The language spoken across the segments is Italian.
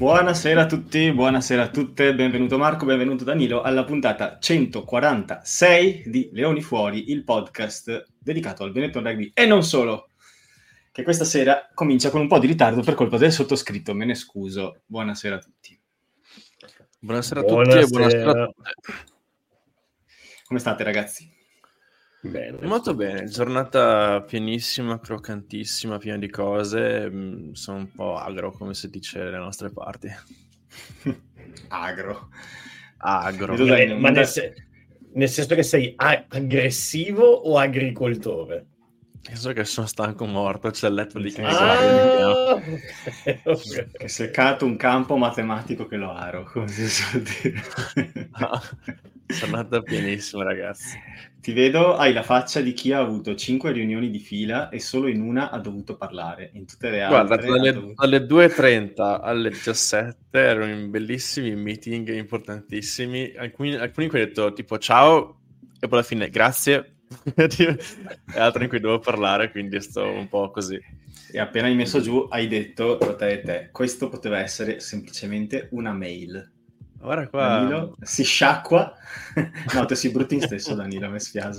Buonasera a tutti, buonasera a tutte, benvenuto Marco, benvenuto Danilo alla puntata 146 di Leoni Fuori, il podcast dedicato al Benetton Rugby e non solo, che questa sera comincia con un po' di ritardo per colpa del sottoscritto, me ne scuso. Buonasera a tutti. Buonasera a tutti e buonasera a tutte. Come state ragazzi? Bene. Molto bene, giornata pienissima, croccantissima, piena di cose. Sono un po' agro, come si dice nelle nostre parti. Agro. Ma nel senso che sei aggressivo o agricoltore? Penso che sono stanco morto, c'è il letto di che Che seccato un campo matematico che lo aro, come si suol dire. No, giornata pienissima ragazzi. Ti vedo, hai la faccia di chi ha avuto 5 riunioni di fila e solo in una ha dovuto parlare, in tutte le altre... Guarda, dalle 2:30 alle 17 erano in bellissimi meeting importantissimi, alcuni in cui ho detto tipo ciao e poi alla fine grazie, e altri in cui devo parlare, quindi sto un po' così. E appena hai messo giù hai detto tra te e te, questo poteva essere semplicemente una mail. Guarda qua. Danilo si sciacqua. No, te si brutti in stesso Danilo, mi spiace.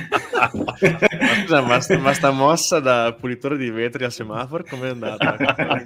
Ma sta mossa da pulitore di vetri al semaforo come è andata?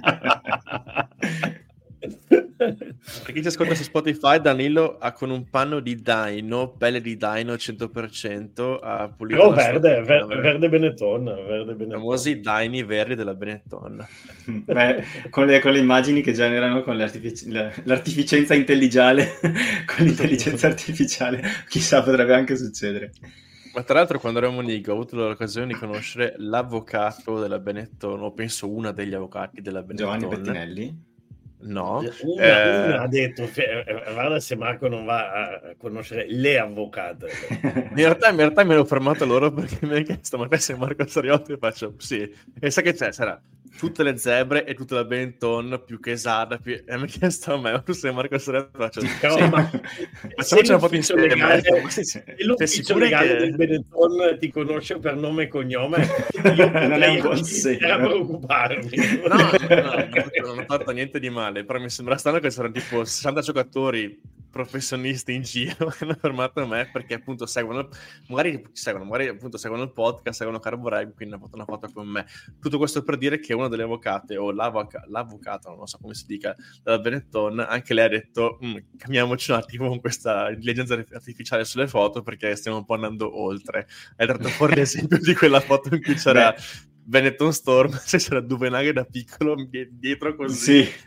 Per chi ci ascolta su Spotify, Danilo ha con un panno di Dino, pelle di Dino 100%, ha pulito verde Benetton, i famosi Dini verdi della Benetton. Beh, con le immagini che generano con l'artificienza intelligale, con l'intelligenza artificiale, chissà, potrebbe anche succedere. Ma tra l'altro quando ero a Monico ho avuto l'occasione di conoscere l'avvocato della Benetton, o penso una degli avvocati della Benetton. Giovanni Bettinelli? No, una ha detto guarda se Marco non va a conoscere le avvocate. In realtà mi ero fermato loro perché mi hanno chiesto ma te sei Marco Sariotti? E faccio sì, e sai che c'è? Sarà tutte le zebre e tutta la Benetton più che Esada e mi ha chiesto a me ma tu sei Marco Sariotti? Faccio sì, ma facciamoci un po' insieme. L'ufficio legale del Benetton ti conosce per nome e cognome, io non è un buon segno. Era preoccuparmi. No, non ho fatto niente di male, però mi sembra strano che c'erano tipo 60 giocatori professionisti in giro che hanno fermato me perché appunto seguono appunto seguono il podcast, seguono Carbo Rugby, quindi hanno fatto una foto con me. Tutto questo per dire che una delle avvocate o l'avvocato, non so come si dica, della Benetton, anche lei ha detto cambiamoci un attimo con questa intelligenza artificiale sulle foto perché stiamo un po' andando oltre. Hai tratto fuori l'esempio di quella foto in cui c'era Benetton Storm, se c'era Duvenaghe da piccolo dietro così. Sì.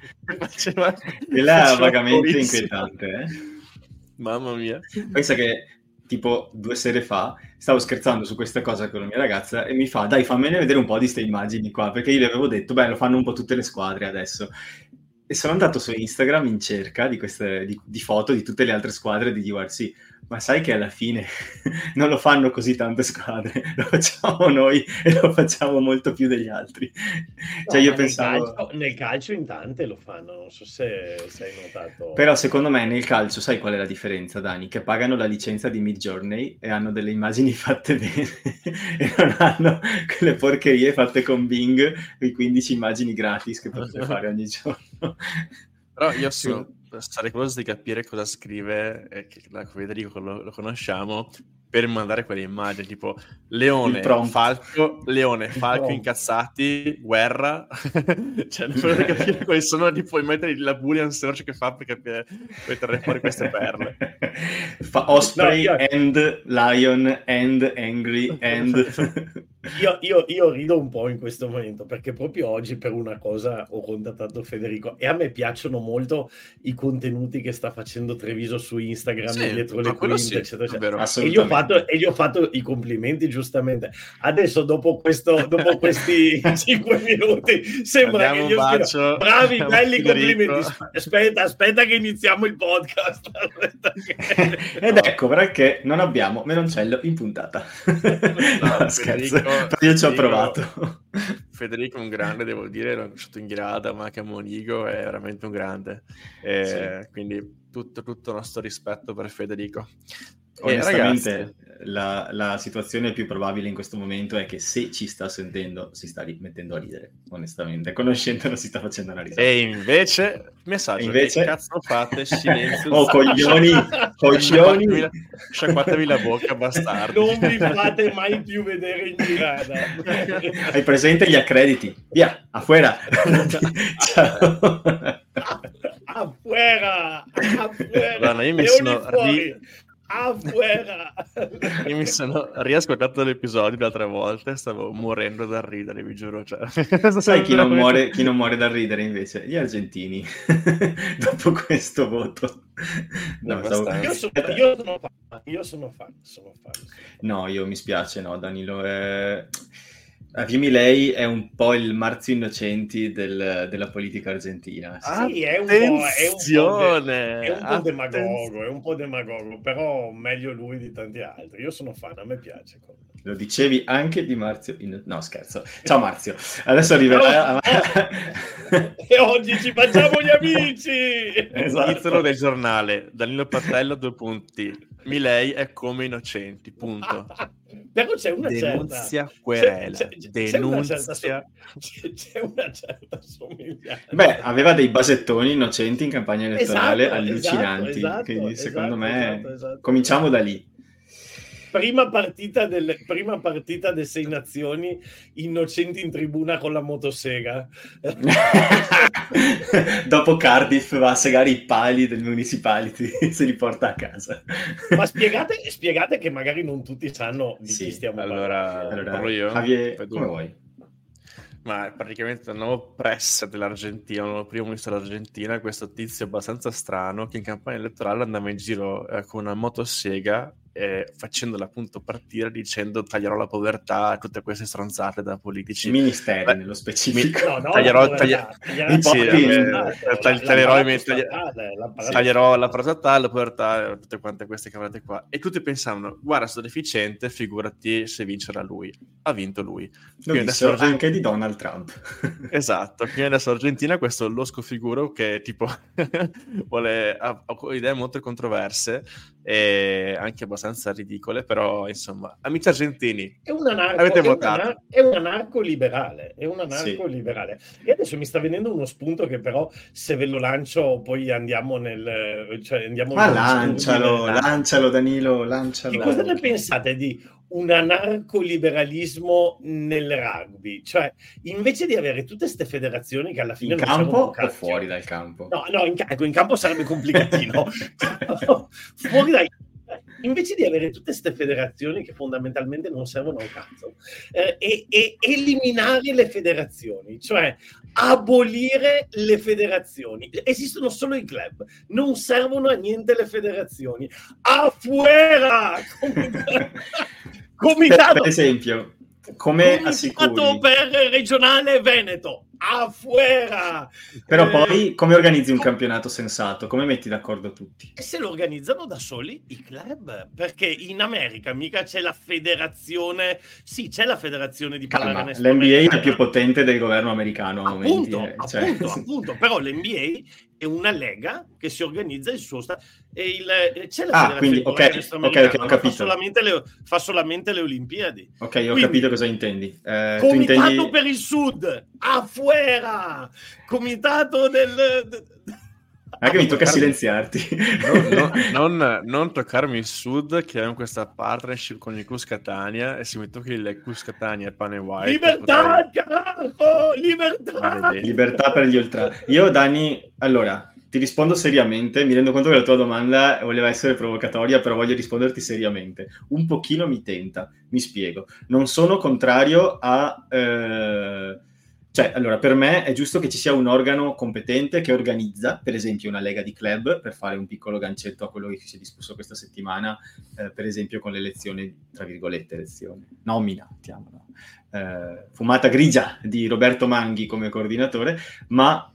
E là vagamente inquietante, Mamma mia. Pensa che tipo 2 sere fa stavo scherzando su questa cosa con la mia ragazza e mi fa dai fammene vedere un po' di ste immagini qua, perché io le avevo detto beh lo fanno un po' tutte le squadre adesso. E sono andato su Instagram in cerca di foto di tutte le altre squadre e di guarda sì, ma sai che alla fine non lo fanno così tante squadre, lo facciamo noi e lo facciamo molto più degli altri. Cioè io pensavo... Nel calcio in tante lo fanno, non so se hai notato. Però secondo me nel calcio sai qual è la differenza, Dani? Che pagano la licenza di Midjourney e hanno delle immagini fatte bene e non hanno quelle porcherie fatte con Bing, quei 15 immagini gratis che potete fare ogni giorno. Però io sarei curioso di capire cosa scrive, che Federico lo conosciamo, per mandare quelle immagini tipo Leone, Falco incazzati, guerra. Cioè, per capire quali sono, tipo mettere la boolean search che fa per capire, per tirare fuori queste perle. Osprey and Lion and Angry and... Io rido un po' in questo momento perché proprio oggi per una cosa ho contattato Federico e a me piacciono molto i contenuti che sta facendo Treviso su Instagram, dietro le quinte, eccetera, eccetera. E gli ho fatto i complimenti giustamente. Adesso dopo questi 5 minuti sembra che io scrivo bravi, belli complimenti. Aspetta che iniziamo il podcast. Ed ecco perché non abbiamo Meloncello in puntata. No, scherzo. Io ci ho provato. Federico è un grande, devo dire, l'ho conosciuto in grada, ma anche a Monigo è veramente un grande. Quindi tutto il nostro rispetto per Federico. Onestamente, la situazione più probabile in questo momento è che se ci sta sentendo si sta mettendo a ridere, onestamente. Conoscendolo si sta facendo una risata. E invece, messaggio, che cazzo fate? Silenzio. Oh, coglioni! Sciacquatevi la bocca, bastardi. Non vi fate mai più vedere in girada. Hai presente gli accrediti? Via, afuera! Ciao! Afuera! Guarda, io mi sono afuera! Io mi sono riascoltato l'episodio l'altra volta e stavo morendo dal ridere, vi giuro. Cioè. Sai chi non muore dal ridere invece? Gli argentini. Dopo questo voto. No, io sono fan. No, io mi spiace, no, Danilo. Milei è un po' il Marzio Innocenti della politica argentina. Sì, è un po' demagogo, però meglio lui di tanti altri. Io sono fan, a me piace. Lo dicevi anche di Marzio No, scherzo. Ciao Marzio. Adesso arriverà... E oggi ci facciamo gli amici! Esatto. Titolo del giornale, Danilo Pattello, 2 punti. Milei è come Innocenti, punto. Però c'è una denunzia, querela. C'è una certa somiglianza. Beh, aveva dei basettoni innocenti in campagna elettorale allucinanti. Esatto, quindi secondo me cominciamo da lì. Prima partita delle 6 nazioni, Innocenti in tribuna con la motosega. Dopo Cardiff va a segare i pali del municipality, se li porta a casa. Ma spiegate che magari non tutti sanno di chi stiamo parlando. Allora parlo io. Javier, come vuoi? Ma praticamente il nuovo press dell'Argentina, il nuovo primo ministro dell'Argentina, questo tizio abbastanza strano che in campagna elettorale andava in giro con una motosega facendola appunto partire dicendo taglierò la povertà, tutte queste stronzate da politici. Ministeri nello specifico. Taglierò la povertà, la povertà, tutte quante queste cavolate qua. E tutti pensavano, guarda, sto deficiente, figurati se vincerà lui. Ha vinto lui. Lo dissero anche di Donald Trump. Esatto, quindi adesso Argentina questo losco figuro che tipo ha idee molto controverse e anche abbastanza ridicole, però insomma, amici argentini, avete votato. È un anarco liberale, liberale. E adesso mi sta venendo uno spunto che però se ve lo lancio poi andiamo lancialo Danilo, lancialo. Che cosa ne pensate di un anarco-liberalismo nel rugby? Cioè, invece di avere tutte queste federazioni che alla fine in campo o fuori dal campo? No, in campo sarebbe complicatino. Fuori dai. Invece di avere tutte queste federazioni che fondamentalmente non servono a un cazzo, e eliminare le federazioni, cioè abolire le federazioni. Esistono solo i club, non servono a niente le federazioni. Afuera! Comitato, per esempio, come assicuri per regionale Veneto, afuera. Però poi come organizzi un campionato sensato? Come metti d'accordo tutti? E se lo organizzano da soli i club, perché in America mica c'è la federazione, sì, c'è la federazione di pallacanestro. L'NBA è più potente del governo americano a momenti. Appunto, però l'NBA è una lega che si organizza il suo stato. C'è la federazione di pallacanestro americano, ho capito. Fa solamente le Olimpiadi. Ok, ho capito cosa intendi. Comitato per il Sud, afuera! Comitato del... Anche mi tocca silenziarti. Non toccarmi il Sud, che è questa partnership con il Cus Catania, e se mi tocchi il Cus Catania e Pane White... Libertà, carajo! Libertà per gli ultra. Io, Dani, allora, ti rispondo seriamente. Mi rendo conto che la tua domanda voleva essere provocatoria, però voglio risponderti seriamente. Un pochino mi tenta, mi spiego. Non sono contrario a... Cioè, allora, per me è giusto che ci sia un organo competente che organizza, per esempio, una lega di club, per fare un piccolo gancetto a quello che si è discusso questa settimana, per esempio con l'elezione, tra virgolette, nomina, fumata grigia di Roberto Manghi come coordinatore, ma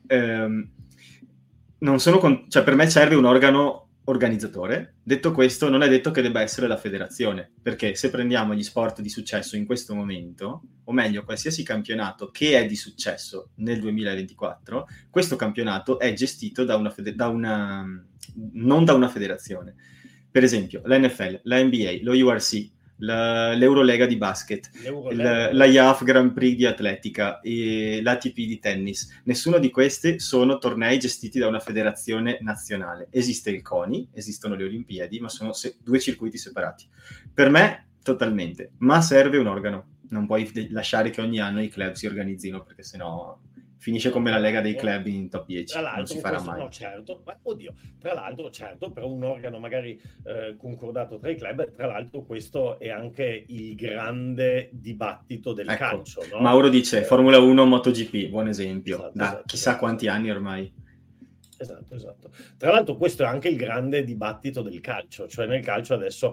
non sono cioè, per me serve un organo organizzatore. Detto questo, non è detto che debba essere la federazione, perché se prendiamo gli sport di successo in questo momento, o meglio, qualsiasi campionato che è di successo nel 2024, questo campionato è gestito non da una federazione. per esempio l'NFL, la NBA, lo URC, l'Eurolega di basket, la IAF Grand Prix di atletica e l'ATP di tennis. Nessuno di questi sono tornei gestiti da una federazione nazionale. Esiste il CONI, esistono le Olimpiadi, ma sono due circuiti separati. Per me, totalmente. Ma serve un organo. Non puoi lasciare che ogni anno i club si organizzino, perché sennò finisce come la lega dei club in top 10, non si farà mai. No, certo, ma oddio, tra l'altro, certo, per un organo magari concordato tra i club, tra l'altro questo è anche il grande dibattito del calcio, no? Mauro dice Formula 1, MotoGP, buon esempio, chissà quanti anni ormai. Esatto. Tra l'altro questo è anche il grande dibattito del calcio, cioè nel calcio adesso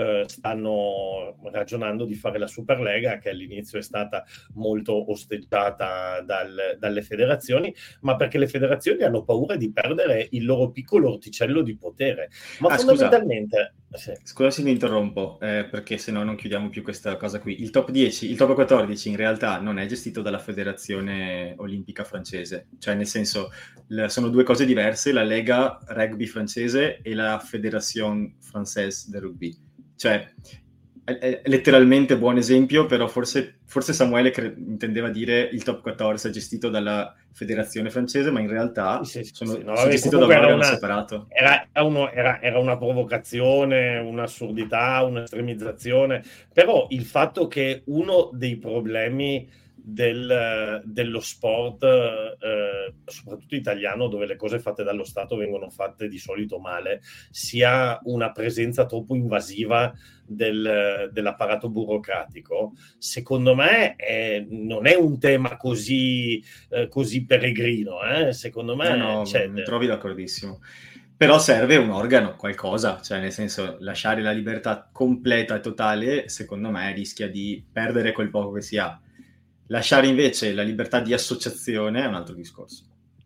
stanno ragionando di fare la Superlega, che all'inizio è stata molto osteggiata dalle federazioni, ma perché le federazioni hanno paura di perdere il loro piccolo orticello di potere. Ma fondamentalmente... Scusa se mi interrompo, perché se no non chiudiamo più questa cosa qui. Il top 10, il top 14 in realtà non è gestito dalla federazione olimpica francese, cioè nel senso sono due cose diverse, la Lega Rugby francese e la Fédération Française de Rugby. Cioè, è letteralmente buon esempio, però forse Samuele intendeva dire il top 14 è gestito dalla federazione francese, ma in realtà sono gestito da un organo separato. Era una provocazione, un'assurdità, un'estremizzazione, però il fatto che uno dei problemi dello sport, soprattutto italiano, dove le cose fatte dallo Stato vengono fatte di solito male, sia una presenza troppo invasiva dell'apparato burocratico, secondo me non è un tema così peregrino, secondo me mi trovi d'accordissimo. Però serve un organo, qualcosa, cioè nel senso lasciare la libertà completa e totale, secondo me rischia di perdere quel poco che si ha. Lasciare invece la libertà di associazione è un altro discorso.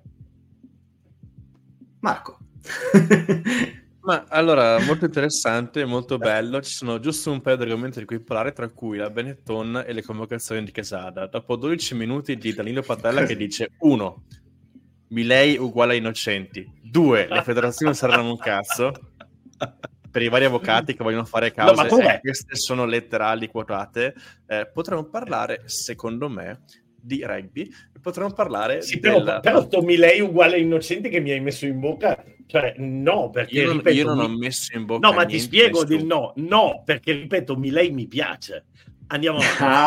Marco. Ma allora, molto interessante, molto bello. Ci sono giusto un paio di argomenti di cui parlare, tra cui la Benetton e le convocazioni di Quesada. Dopo 12 minuti di Danilo Patella che dice 1. Milei uguale a Innocenti. 2. Le federazioni saranno un cazzo. Per i vari avvocati che vogliono fare cause, queste sono letterali quotate. Potremmo parlare, secondo me, di rugby. Potremmo parlare però Milei uguale a Innocenti che mi hai messo in bocca, cioè no, perché io non ho messo in bocca ma ti spiego del no, perché ripeto, Milei mi piace. Andiamo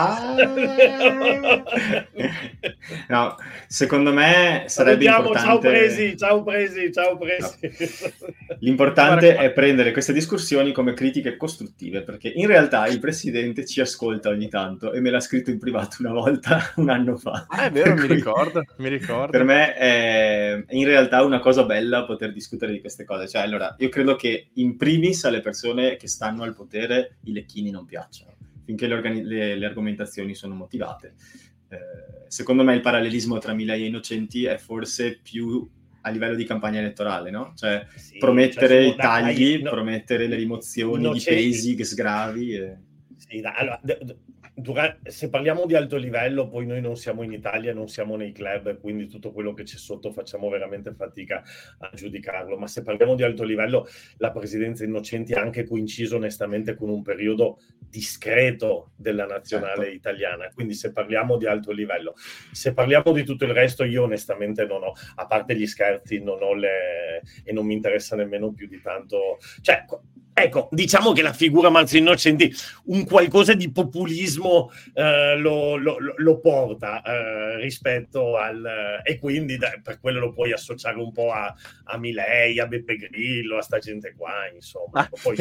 no, secondo me sarebbe importante. Ciao presi. No. L'importante è prendere queste discussioni come critiche costruttive, perché in realtà il presidente ci ascolta ogni tanto e me l'ha scritto in privato una volta, un anno fa. È vero, mi ricordo. Per me è in realtà una cosa bella poter discutere di queste cose. Cioè, allora, io credo che in primis alle persone che stanno al potere i lecchini non piacciono, finché le argomentazioni sono motivate. Secondo me il parallelismo tra Milei e Innocenti è forse più a livello di campagna elettorale, no? Cioè promettere i tagli, promettere le rimozioni di pesi, sgravi. Allora, se parliamo di alto livello, poi noi non siamo in Italia, non siamo nei club, quindi tutto quello che c'è sotto facciamo veramente fatica a giudicarlo, ma se parliamo di alto livello, la presidenza Innocenti ha anche coinciso onestamente con un periodo discreto della nazionale italiana, quindi se parliamo di alto livello. Se parliamo di tutto il resto, io onestamente non ho, a parte gli scherzi, non ho e non mi interessa nemmeno più di tanto, cioè ecco, diciamo che la figura Marzio Innocenti un qualcosa di populismo lo porta rispetto e quindi per quello lo puoi associare un po' a Milei, a Beppe Grillo, a sta gente qua, insomma. Poi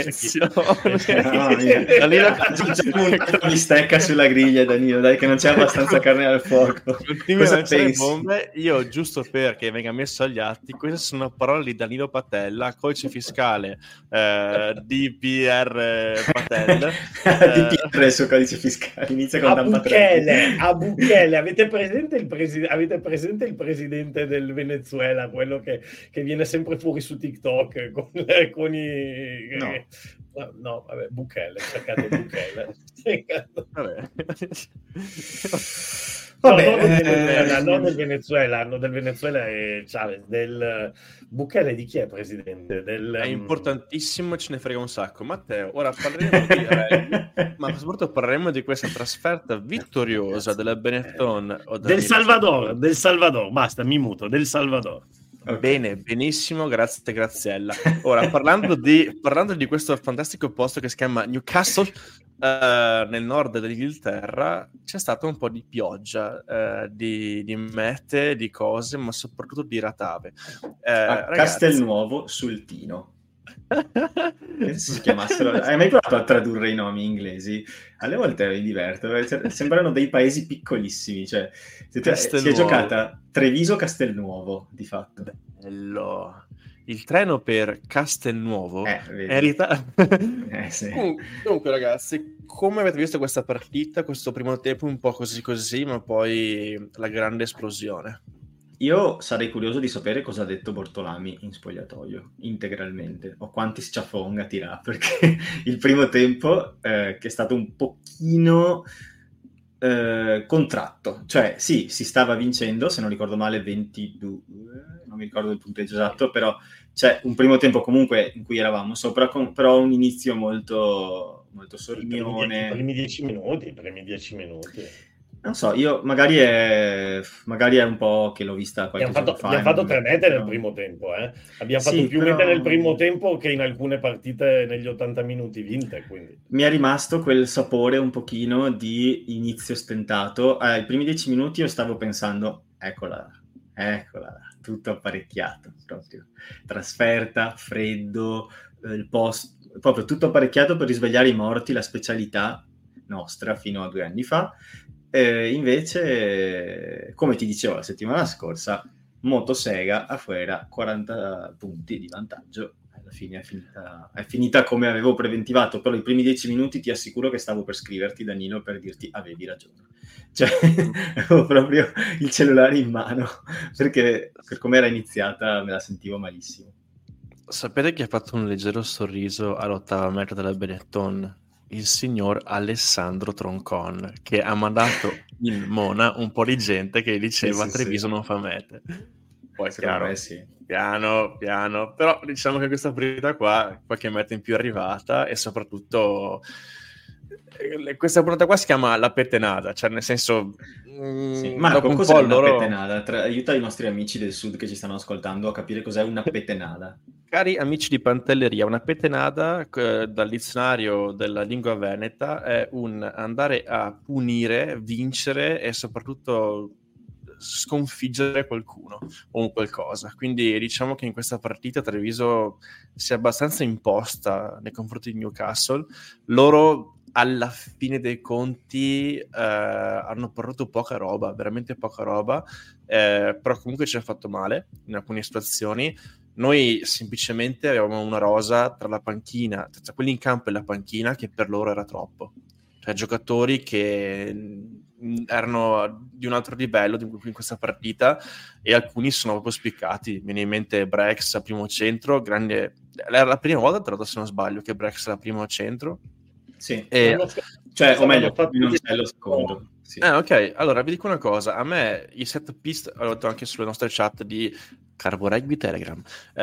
mi stecca sulla griglia, Danilo, dai che non c'è abbastanza carne al fuoco. Cosa pensi? Bombe, io giusto perché venga messo agli atti, queste sono parole di Danilo Patella, codice fiscale DPR Patel. DPR sul codice fiscale, inizia con a Bukele. Avete presente il presidente del Venezuela, quello che viene sempre fuori su TikTok con i... No, vabbè, Bukele, cercate Bukele. Vabbè. Non del Venezuela, del Venezuela è Chavez, del Bukele di chi è presidente? È importantissimo e ce ne frega un sacco. Matteo, ora parleremo di rugby, ma soprattutto parleremo di questa trasferta vittoriosa della Benetton. Del Salvador, basta, mi muto, del Salvador. Okay. Bene, benissimo, grazie Graziella. Ora, parlando di questo fantastico posto che si chiama Newcastle, nel nord dell'Inghilterra, c'è stato un po' di pioggia, di mete, di cose, ma soprattutto di ratave. Ragazzi... Castelnuovo sul Tino. Si chiamassero... Hai mai provato a tradurre i nomi inglesi? Alle volte mi diverto, sembrano dei paesi piccolissimi, cioè si è giocata Treviso-Castelnuovo di fatto. Bello. Il treno per Castelnuovo sì. Comunque ragazzi, come avete visto questa partita, questo primo tempo un po' così, ma poi la grande esplosione? Io sarei curioso di sapere cosa ha detto Bortolami in spogliatoio, integralmente, o quanti sciafonga tirà, perché il primo tempo, che è stato un pochino contratto, cioè sì, si stava vincendo, se non ricordo male 22, non mi ricordo il punteggio esatto, però c'è un primo tempo comunque in cui eravamo sopra, però un inizio molto sornione. I primi 10 minuti. Non so, io magari è un po' che l'ho vista qualche giorno fa. Abbiamo fatto 3 mete nel primo tempo, Abbiamo fatto più mete nel primo tempo che in alcune partite negli 80 minuti vinte, quindi. Mi è rimasto quel sapore un pochino di inizio stentato. Ai primi 10 minuti io stavo pensando, eccola, tutto apparecchiato, proprio. Trasferta, freddo, il post, proprio tutto apparecchiato per risvegliare i morti, la specialità nostra fino a 2 anni fa. Invece, come ti dicevo la settimana scorsa, Motosega afuera 40 punti di vantaggio. Alla fine è finita come avevo preventivato, però i primi 10 minuti ti assicuro che stavo per scriverti, Danilo, per dirti avevi ragione. Cioè, avevo proprio il cellulare in mano, perché per come era iniziata me la sentivo malissimo. Sapete chi ha fatto un leggero sorriso all'8ª metro della Benetton? Il signor Alessandro Troncon, che ha mandato in Mona un po' di gente che diceva Treviso non fa mete. Poi chiaro, piano, però diciamo che questa partita qua qualche meta in più è arrivata, e soprattutto questa partita qua si chiama la petenada, cioè nel senso Marco, cos'è una petenada? Aiuta i nostri amici del sud che ci stanno ascoltando a capire cos'è una petenada. Cari amici di Pantelleria, una petenada dal dizionario della lingua veneta è un andare a punire, vincere e soprattutto sconfiggere qualcuno o qualcosa. Quindi diciamo che in questa partita Treviso si è abbastanza imposta nei confronti di Newcastle. Loro alla fine dei conti hanno portato poca roba, veramente poca roba, però comunque ci ha fatto male in alcune situazioni. Noi semplicemente avevamo una rosa tra la panchina, tra quelli in campo e la panchina, che per loro era troppo. Cioè giocatori che erano di un altro livello in questa partita, e alcuni sono proprio spiccati. Mi viene in mente Brex a primo centro, grande. Era la prima volta, tra l'altro, se non sbaglio, che Brex era primo centro. Sì, cioè, o meglio, non c'è lo secondo. Sì. Ok, allora vi dico una cosa, a me i set piece, l'ho detto anche sulle nostre chat di Carbo Rugby Telegram,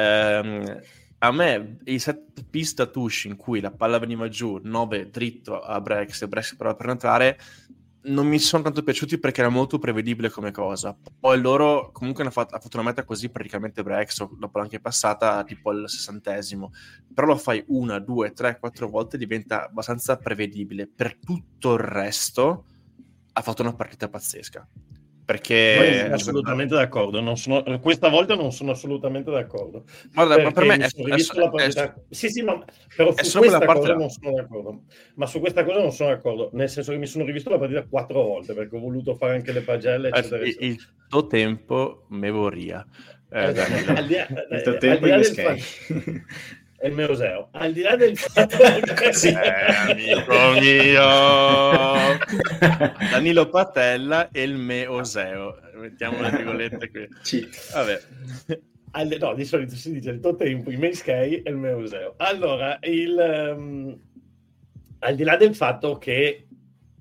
a me i set piece da touche in cui la palla veniva giù 9 dritto a Brex e Brex per penetrare non mi sono tanto piaciuti, perché era molto prevedibile come cosa. Poi loro comunque ha fatto una meta così praticamente Brex, dopo l'anche passata tipo al 60°, però lo fai 1, 2, 3, 4 volte, diventa abbastanza prevedibile. Per tutto il resto ha fatto una partita pazzesca, perché sono assolutamente d'accordo, questa volta non sono assolutamente d'accordo. Guarda, ma per me però su questa cosa non sono d'accordo. Ma su questa cosa non sono d'accordo, nel senso che mi sono rivisto la partita 4 volte, perché ho voluto fare anche le pagelle, eccetera, eccetera. Il tuo tempo me voria. Il tuo tempo è il Meoseo. Al di là del fatto amico mio Danilo Patella e il Meoseo, mettiamo le virgolette qui. Vabbè. No, di solito si dice il tuo tempo, i Meiskei e il Meoseo. Allora, al di là del fatto che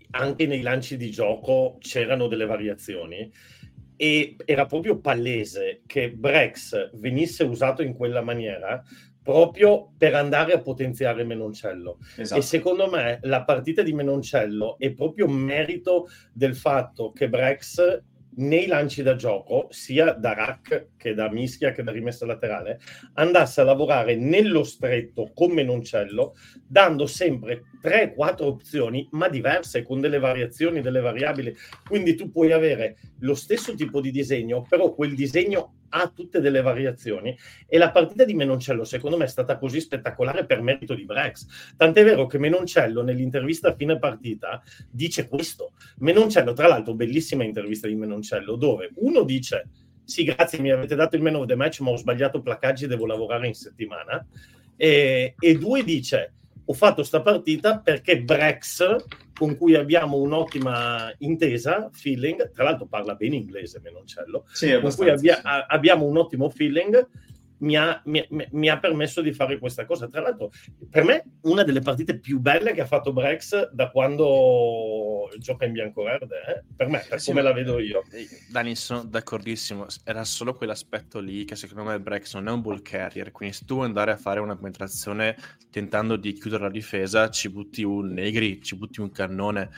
anche nei lanci di gioco c'erano delle variazioni e era proprio palese che Brex venisse usato in quella maniera proprio per andare a potenziare Menoncello. Esatto. E secondo me la partita di Menoncello è proprio merito del fatto che Brex nei lanci da gioco, sia da rack che da mischia che da rimessa laterale, andasse a lavorare nello stretto con Menoncello, dando sempre 3-4 opzioni, ma diverse, con delle variazioni, delle variabili. Quindi tu puoi avere lo stesso tipo di disegno, però quel disegno ha tutte delle variazioni, e la partita di Menoncello secondo me è stata così spettacolare per merito di Brex. Tant'è vero che Menoncello nell'intervista a fine partita dice questo. Menoncello, tra l'altro, bellissima intervista di Menoncello, dove uno dice: sì, grazie, mi avete dato il man of the match, ma ho sbagliato placcaggi, devo lavorare in settimana. E due dice: ho fatto sta partita perché Brex, con cui abbiamo un'ottima intesa, feeling, tra l'altro parla bene inglese Menoncello, sì, con cui abbiamo un ottimo feeling, mi ha permesso di fare questa cosa. Tra l'altro, per me, una delle partite più belle che ha fatto Brex da quando gioca in bianco-verde, per me, per come la vedo io. Dani, sono d'accordissimo. Era solo quell'aspetto lì che secondo me Brex non è un ball carrier, quindi se tu vuoi andare a fare una penetrazione tentando di chiudere la difesa, ci butti un Negri, ci butti un cannone.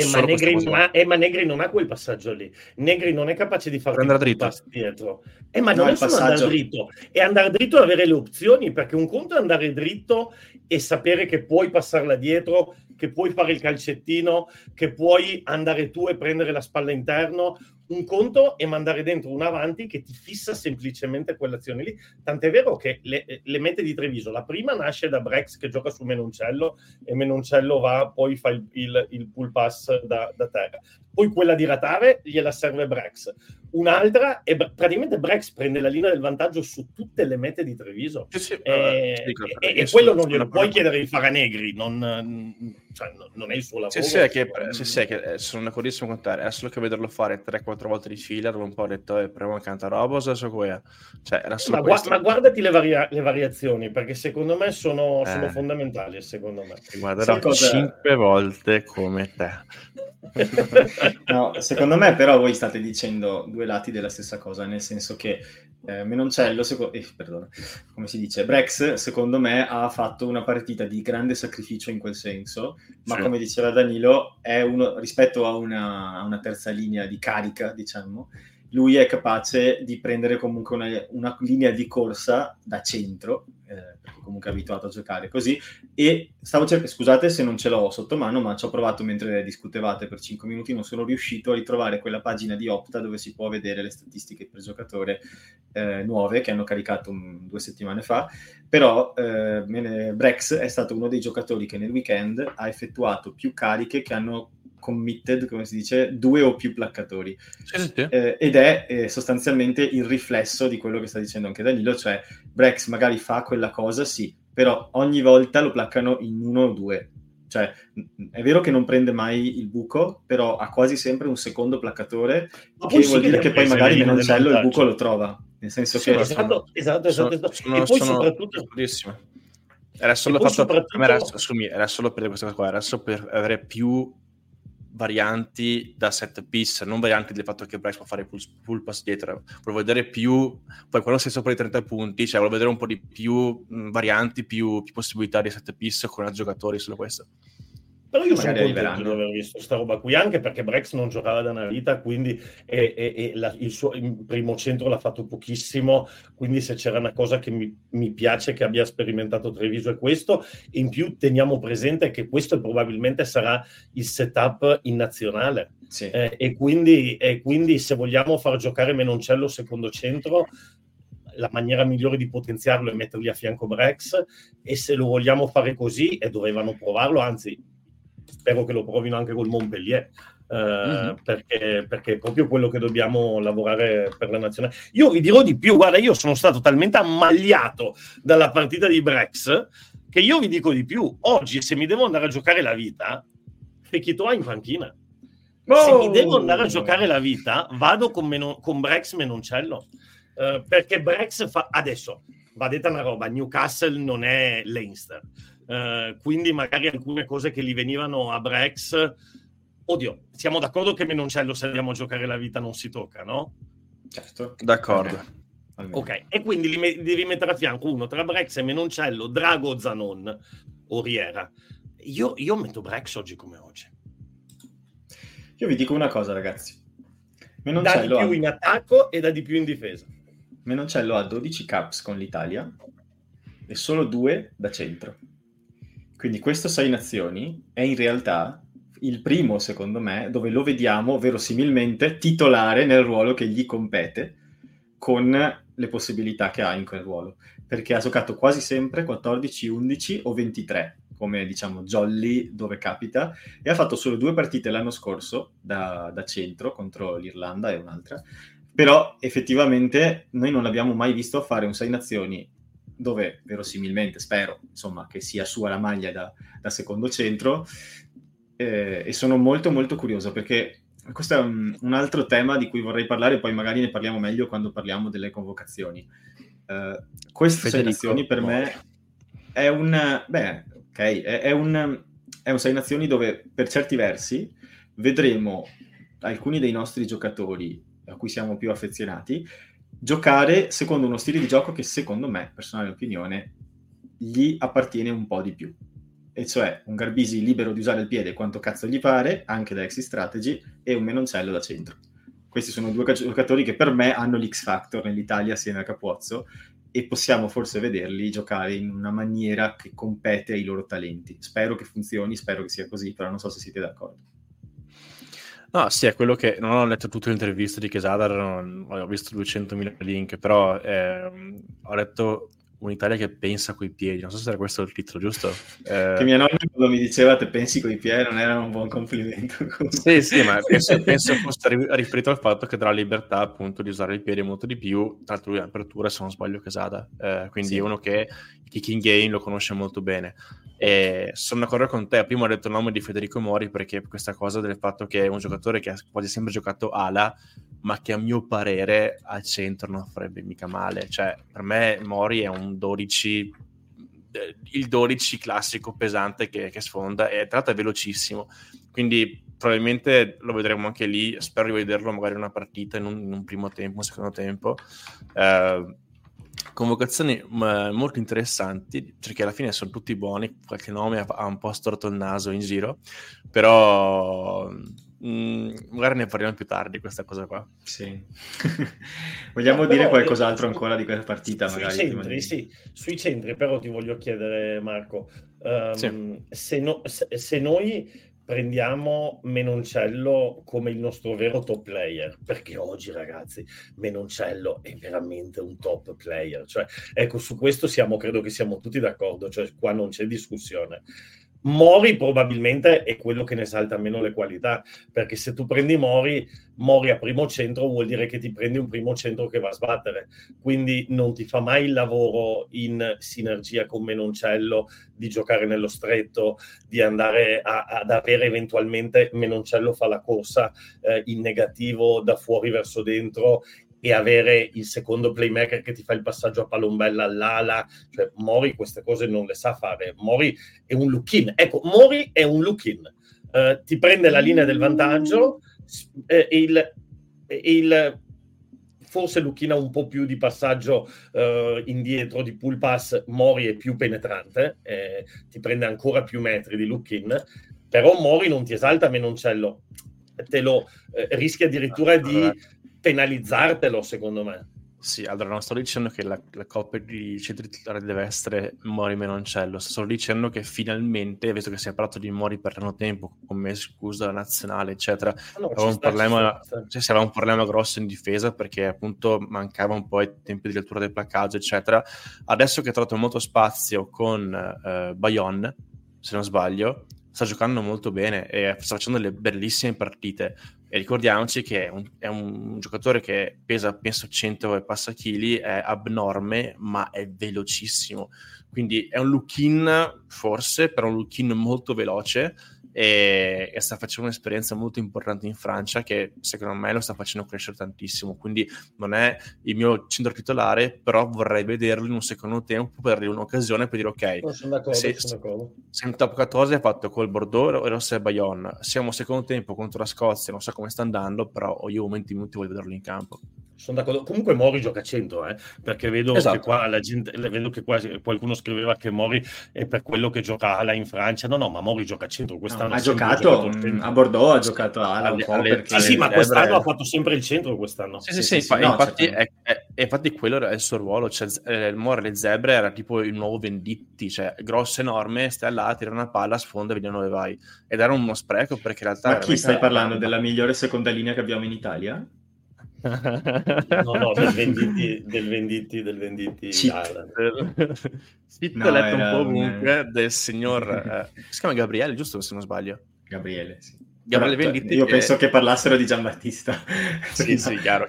Ma Negri non ha quel passaggio lì. Negri non è capace di fare il pass dietro. Ma non è solo andare dritto, è andare dritto e avere le opzioni, perché un conto è andare dritto e sapere che puoi passarla dietro, che puoi fare il calcettino, che puoi andare tu e prendere la spalla interno. Un conto è mandare dentro un avanti che ti fissa semplicemente quell'azione lì. Tant'è vero che le mete di Treviso, la prima nasce da Brex che gioca su Menoncello e Menoncello va, poi fa il pull pass da terra. Poi quella di Ratare gliela serve Brex. Un'altra è praticamente Brex prende la linea del vantaggio su tutte le mete di Treviso. E quello non glielo puoi chiedere di fare a Negri, non è il suo lavoro. Sono d'accordissimo con te, è solo che vederlo fare 3-4 volte di fila dove un po' ho detto proviamo a cantare Robos, era solo ma guardati le variazioni, perché secondo me sono fondamentali, secondo me. Guarderò 5 volte come te. No, secondo me però voi state dicendo due lati della stessa cosa, nel senso che Menoncello, come si dice, Brex secondo me ha fatto una partita di grande sacrificio in quel senso, ma sì, come diceva Danilo, è uno rispetto a una terza linea di carica, diciamo, lui è capace di prendere comunque una linea di corsa da centro, perché comunque è abituato a giocare così, e scusate se non ce l'ho sotto mano, ma ci ho provato mentre discutevate per 5 minuti, non sono riuscito a ritrovare quella pagina di Opta dove si può vedere le statistiche per giocatore nuove che hanno caricato 2 settimane fa, però Brex è stato uno dei giocatori che nel weekend ha effettuato più cariche che hanno committed, come si dice, 2 o più placcatori. Sì. Ed è sostanzialmente il riflesso di quello che sta dicendo anche Danilo, cioè Brex magari fa quella cosa, sì, però ogni volta lo placcano in 1 o 2. Cioè, è vero che non prende mai il buco, però ha quasi sempre un secondo placcatore, che vuol dire che poi magari Menoncello il buco lo trova. Nel senso che... Esatto. E poi soprattutto... Era solo era solo per questa cosa qua, era solo per avere più varianti da set piece, non varianti del fatto che Brex può fare pull pass dietro, volevo vedere più, poi quando sei sopra i 30 punti, cioè volevo vedere un po' di più varianti, più possibilità di set piece con giocatori, solo questo. Però io sono contento di aver visto sta roba qui, anche perché Brex non giocava da una vita, quindi il primo centro l'ha fatto pochissimo, quindi se c'era una cosa che mi piace che abbia sperimentato Treviso è questo. In più teniamo presente che questo probabilmente sarà il setup in nazionale, sì. E quindi se vogliamo far giocare Menoncello secondo centro, la maniera migliore di potenziarlo è metterli a fianco Brex, e se lo vogliamo fare così, e dovevano provarlo, anzi spero che lo provino anche col Montpellier, perché è proprio quello che dobbiamo lavorare per la nazionale. Io vi dirò di più, guarda, io sono stato talmente ammagliato dalla partita di Brex che io vi dico di più, oggi se mi devo andare a giocare la vita, Fekitoa in panchina. Se mi devo andare a giocare la vita, vado con Brex Menoncello, perché Brex adesso, va detta una roba, Newcastle non è Leinster, quindi magari alcune cose che gli venivano a Brex oddio, siamo d'accordo che Menoncello, se andiamo a giocare la vita, non si tocca, no? Certo. D'accordo. Ok, e quindi devi mettere a fianco uno tra Brex e Menoncello, Drago o Zanon o Riera. Io metto Brex oggi come oggi. Io vi dico una cosa, ragazzi. Da di più in attacco e da di più in difesa. Menoncello ha 12 caps con l'Italia e solo 2 da centro. Quindi questo 6 nazioni è in realtà il primo, secondo me, dove lo vediamo verosimilmente titolare nel ruolo che gli compete, con le possibilità che ha in quel ruolo. Perché ha giocato quasi sempre 14, 11 o 23, come diciamo jolly dove capita, e ha fatto solo 2 partite l'anno scorso da centro contro l'Irlanda e un'altra. Però effettivamente noi non l'abbiamo mai visto fare un 6 nazioni dove verosimilmente, spero, insomma, che sia sua la maglia da secondo centro, e sono molto molto curioso perché questo è un altro tema di cui vorrei parlare, poi magari ne parliamo meglio quando parliamo delle convocazioni. Queste 6 nazioni per me è un... Beh, ok, è un 6 nazioni dove per certi versi vedremo alcuni dei nostri giocatori a cui siamo più affezionati giocare secondo uno stile di gioco che secondo me, personale opinione, gli appartiene un po' di più, e cioè un Garbisi libero di usare il piede quanto cazzo gli pare, anche da exit strategy, e un Menoncello da centro. Questi sono 2 giocatori che per me hanno l'X Factor nell'Italia assieme a Capozzo, e possiamo forse vederli giocare in una maniera che compete ai loro talenti. Spero che funzioni, spero che sia così, però non so se siete d'accordo. No, sì, è quello che non ho letto tutte le interviste di Quesada, ho visto 200.000 link, però ho letto un'Italia che pensa coi piedi, non so se era questo il titolo, giusto? Che mia nonna quando mi diceva te pensi coi piedi non era un buon complimento. Sì, ma penso fosse riferito al fatto che dà la libertà appunto di usare il piede molto di più, tra l'altro lui in apertura, se non sbaglio, Quesada, quindi sì. È uno che il kicking game lo conosce molto bene. E sono d'accordo con te. Prima ho detto il nome di Federico Mori perché questa cosa del fatto che è un giocatore che ha quasi sempre giocato ala, ma che a mio parere al centro non farebbe mica male. Cioè, per me Mori è un 12, il 12 classico pesante che sfonda, e tra l'altro è velocissimo, quindi probabilmente lo vedremo anche lì. Spero di vederlo magari in una partita, in un primo tempo, un secondo tempo. Convocazioni molto interessanti, perché alla fine sono tutti buoni, qualche nome ha un po' storto il naso in giro, però magari ne parliamo più tardi questa cosa qua. Sì. Vogliamo dire qualcos'altro ancora di questa partita? Sui magari centri, sì, sui centri, però ti voglio chiedere, Marco, sì. se noi prendiamo Menoncello come il nostro vero top player, perché oggi, ragazzi, Menoncello è veramente un top player, cioè, ecco, su questo credo che siamo tutti d'accordo, cioè qua non c'è discussione. Mori probabilmente è quello che ne salta meno le qualità, perché se tu prendi Mori a primo centro vuol dire che ti prendi un primo centro che va a sbattere, quindi non ti fa mai il lavoro in sinergia con Menoncello di giocare nello stretto, di andare ad avere eventualmente Menoncello fa la corsa in negativo da fuori verso dentro e avere il secondo playmaker che ti fa il passaggio a palombella all'ala. Cioè Mori queste cose non le sa fare. Mori è un look-in. Ecco, Mori è un look-in. Ti prende la linea del vantaggio, forse Lucchina un po' più di passaggio indietro, di pull pass. Mori è più penetrante, ti prende ancora più metri di Lucchina, però Mori non ti esalta Menoncello, te lo rischi addirittura di penalizzartelo, secondo me. Sì, allora non sto dicendo che la coppia di centri titolari deve essere Mori Menoncello, sto solo dicendo che finalmente, visto che si è parlato di Mori per tanto tempo come scusa nazionale eccetera, aveva un problema grosso in difesa perché appunto mancava un po' i tempi di lettura del placcaggio eccetera. Adesso che ha trovato molto spazio con Bayonne, se non sbaglio, sta giocando molto bene e sta facendo delle bellissime partite. E ricordiamoci che è un giocatore che pesa penso 100 e passa chili, è abnorme ma è velocissimo, quindi è un look-in forse, però un look-in molto veloce, e sta facendo un'esperienza molto importante in Francia che secondo me lo sta facendo crescere tantissimo, quindi non è il mio centro titolare, però vorrei vederlo in un secondo tempo per dargli un'occasione per dire ok, sono d'accordo. Se in top 14 è fatto col Bordeaux e Rosse e Bayonne, siamo secondo tempo contro la Scozia, non so come sta andando, però io un 20 minuti voglio vederlo in campo. Sono d'accordo. Comunque Mori gioca a 100, perché vedo che qua la gente, vedo che qua qualcuno scriveva che Mori è per quello che gioca Ala in Francia. No, ma Mori gioca a 100 quest'anno. Ha giocato a Bordeaux, ha giocato a Ala un po' perché... Sì, ma quest'anno ha fatto sempre il centro quest'anno. Sì, infatti quello era il suo ruolo, cioè Mori le Zebre era tipo il nuovo Venditti, cioè grosso, enorme, stai là, tira una palla, sfonda e vediamo dove vai. Ed era uno spreco perché in realtà... Ma chi stai parlando? Della migliore seconda linea che abbiamo in Italia? No, del Venditti letto un po' ovunque del signor si chiama Gabriele, giusto se non sbaglio? Gabriele, sì. Gabriele Venditti, io penso che parlassero di Giambattista. Sì, chiaro.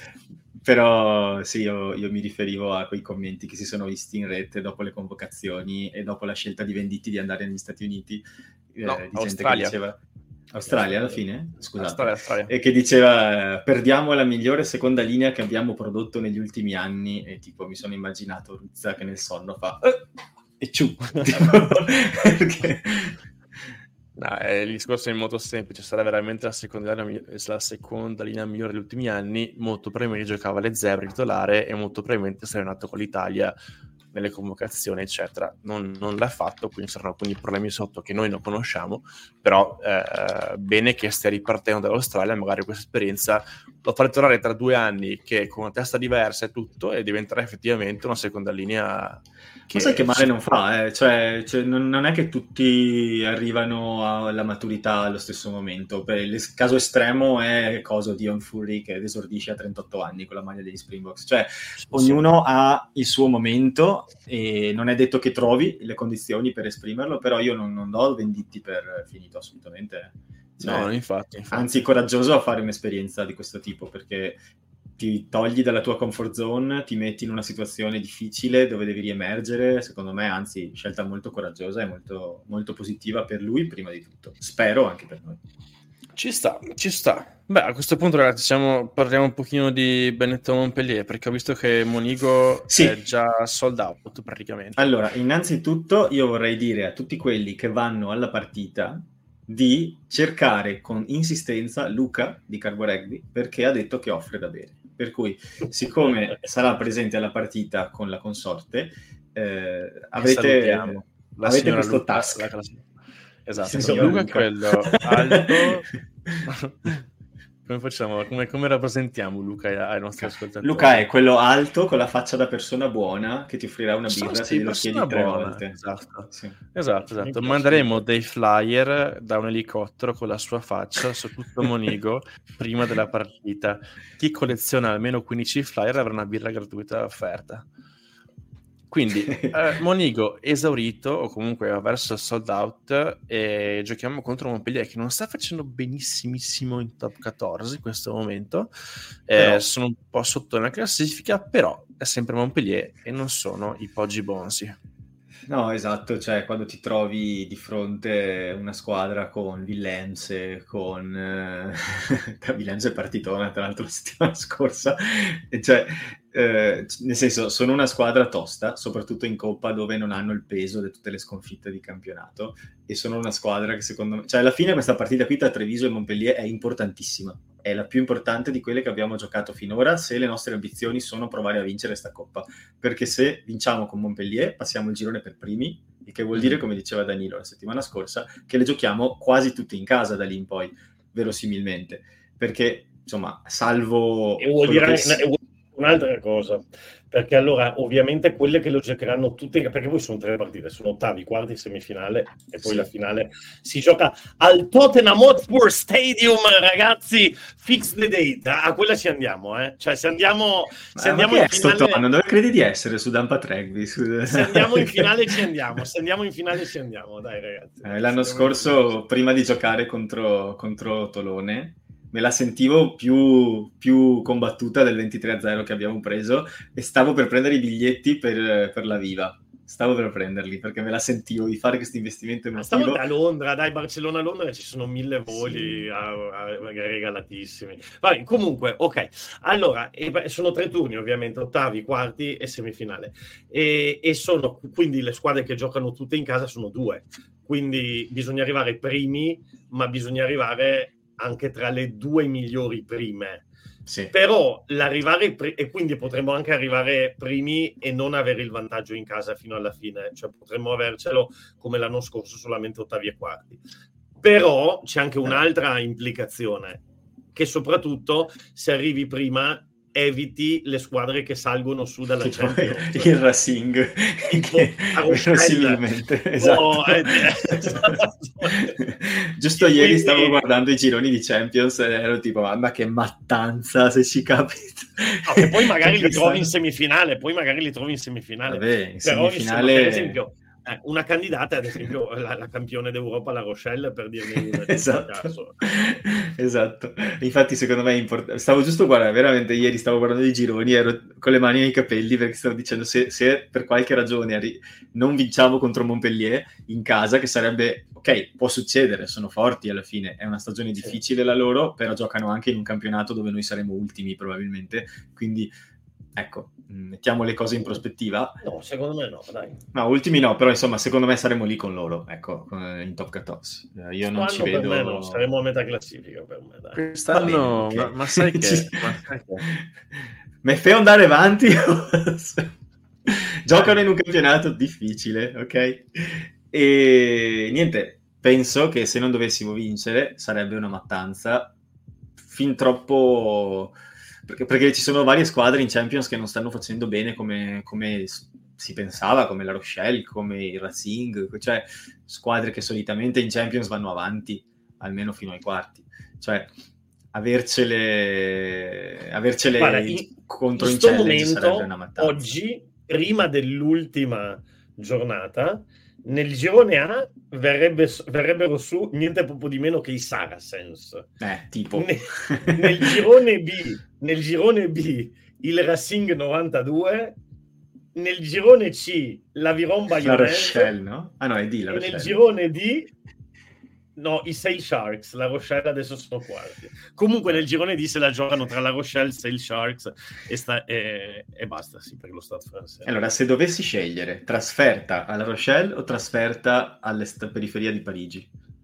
Però sì, io mi riferivo a quei commenti che si sono visti in rete dopo le convocazioni e dopo la scelta di Venditti di andare negli Stati Uniti, di Australia. Gente che diceva Australia alla fine? Scusate. Australia. E che diceva perdiamo la migliore seconda linea che abbiamo prodotto negli ultimi anni, e tipo mi sono immaginato Ruzza che nel sonno fa e ciù. Perché... No, il discorso è molto semplice, sarà veramente la seconda linea migliore degli ultimi anni, molto probabilmente giocava le Zebre titolare e molto probabilmente sarebbe nato con l'Italia nelle convocazioni eccetera, non l'ha fatto, quindi saranno alcuni problemi sotto che noi non conosciamo, però bene che stia ripartendo dall'Australia, magari questa esperienza lo farà tornare tra 2 anni che con una testa diversa e tutto e diventerà effettivamente una seconda linea che... Ma sai che male non fa, cioè non è che tutti arrivano alla maturità allo stesso momento. Il caso estremo è Dion Fury che esordisce a 38 anni con la maglia degli Springboks, cioè ognuno ha il suo momento e non è detto che trovi le condizioni per esprimerlo, però io non do Venditti per finito assolutamente. Cioè, no, infatti. Anzi, coraggioso a fare un'esperienza di questo tipo, perché ti togli dalla tua comfort zone, ti metti in una situazione difficile dove devi riemergere, secondo me, anzi, scelta molto coraggiosa e molto, molto positiva per lui, prima di tutto. Spero anche per noi. Ci sta. Beh, a questo punto, ragazzi, parliamo un pochino di Benetton Montpellier, perché ho visto che Monigo è già sold out, praticamente. Allora, innanzitutto, io vorrei dire a tutti quelli che vanno alla partita di cercare con insistenza Luca di Carbo Rugby, perché ha detto che offre da bere. Per cui, siccome sarà presente alla partita con la consorte, avete questo task. Esatto, Luca è quello alto. Come facciamo? Come rappresentiamo Luca ai nostri ascoltatori? Luca è quello alto con la faccia da persona buona che ti offrirà una birra se glielo chiedi 3 volte. Esatto. Manderemo dei flyer da un elicottero con la sua faccia su tutto Monigo prima della partita. Chi colleziona almeno 15 flyer avrà una birra gratuita offerta. Quindi Monigo esaurito o comunque verso sold out e giochiamo contro Montpellier che non sta facendo benissimissimo in top 14 in questo momento, sono un po' sotto nella classifica, però è sempre Montpellier e non sono i Poggi Bonsi. No, esatto, cioè quando ti trovi di fronte una squadra con Willems, Willems è partitona tra l'altro la settimana scorsa, cioè nel senso sono una squadra tosta, soprattutto in Coppa dove non hanno il peso di tutte le sconfitte di campionato, e sono una squadra che secondo me, cioè alla fine questa partita qui tra Treviso e Montpellier è importantissima, è la più importante di quelle che abbiamo giocato finora se le nostre ambizioni sono provare a vincere sta Coppa, perché se vinciamo con Montpellier passiamo il girone per primi, il che vuol dire, come diceva Danilo la settimana scorsa, che le giochiamo quasi tutte in casa da lì in poi, verosimilmente, perché insomma salvo... E vuol dire un'altra cosa, perché allora ovviamente quelle che lo giocheranno tutte, perché poi sono 3 partite, sono ottavi, quarti, semifinale e poi la finale si gioca al Tottenham Hotspur Stadium, ragazzi, fix the date, a quella ci andiamo, cioè se andiamo in finale, dove credi di essere su Dampa Rugby? Se andiamo in finale ci andiamo, dai ragazzi. L'anno scorso prima di giocare contro Tolone me la sentivo più combattuta del 23-0 che abbiamo preso e stavo per prendere i biglietti per la Viva. Stavo per prenderli perché me la sentivo di fare questo investimento emotivo. Stavolta a Londra, dai, Barcellona-Londra ci sono 1000 voli regalatissimi. Vabbè, comunque, ok. Allora, sono 3 turni ovviamente, ottavi, quarti e semifinale. E sono, quindi le squadre che giocano tutte in casa sono 2. Quindi bisogna arrivare primi, ma bisogna arrivare anche tra le 2 migliori prime. Sì. Però l'arrivare e quindi potremmo anche arrivare primi e non avere il vantaggio in casa fino alla fine, cioè potremmo avercelo come l'anno scorso solamente ottavi e quarti. Però c'è anche un'altra implicazione, che soprattutto se arrivi prima eviti le squadre che salgono su dalla Champions. Il Racing, verosimilmente, esatto. Giusto ieri stavo guardando i gironi di Champions e ero tipo, mamma che mattanza se ci capita. No, che poi magari li trovi in semifinale, Vabbè, in però semifinale... per esempio una candidata, ad esempio la campione d'Europa, la Rochelle, per dirne una. Esatto. Infatti secondo me è importante. Stavo giusto guardando, veramente ieri stavo guardando i gironi, ero con le mani nei capelli perché stavo dicendo se per qualche ragione non vinciamo contro Montpellier in casa, che sarebbe, ok, può succedere, sono forti alla fine, è una stagione difficile la loro, però giocano anche in un campionato dove noi saremo ultimi probabilmente, quindi ecco, mettiamo le cose in prospettiva. No, secondo me no, dai. No, ultimi no, però insomma, secondo me saremo lì con loro, ecco, in top 14. Io non ci vedo... Per me no, saremo a metà classifica per me, dai. Quest'anno, bene, okay. ma sai che... Mi fai andare avanti? Giocano in un campionato difficile, ok? E niente, penso che se non dovessimo vincere sarebbe una mattanza fin troppo... Perché ci sono varie squadre in Champions che non stanno facendo bene come si pensava, come la Rochelle, come il Racing, cioè squadre che solitamente in Champions vanno avanti almeno fino ai quarti, cioè avercele contro in challenge sarebbe una mattanza. Oggi, prima dell'ultima giornata, nel girone A verrebbero su niente proprio di meno che i Saracens. Tipo. Nel girone B il Racing 92, nel girone C l'Aviron Bayonnese, la Rochelle, no? Ah no, è D la Rochelle. Nel girone D i Sale Sharks, la Rochelle adesso sono quarti. Comunque nel girone D se la giocano tra la Rochelle, Sale Sharks e basta, sì, per lo Stade Français. Allora, se dovessi scegliere trasferta alla Rochelle o trasferta periferia di Parigi?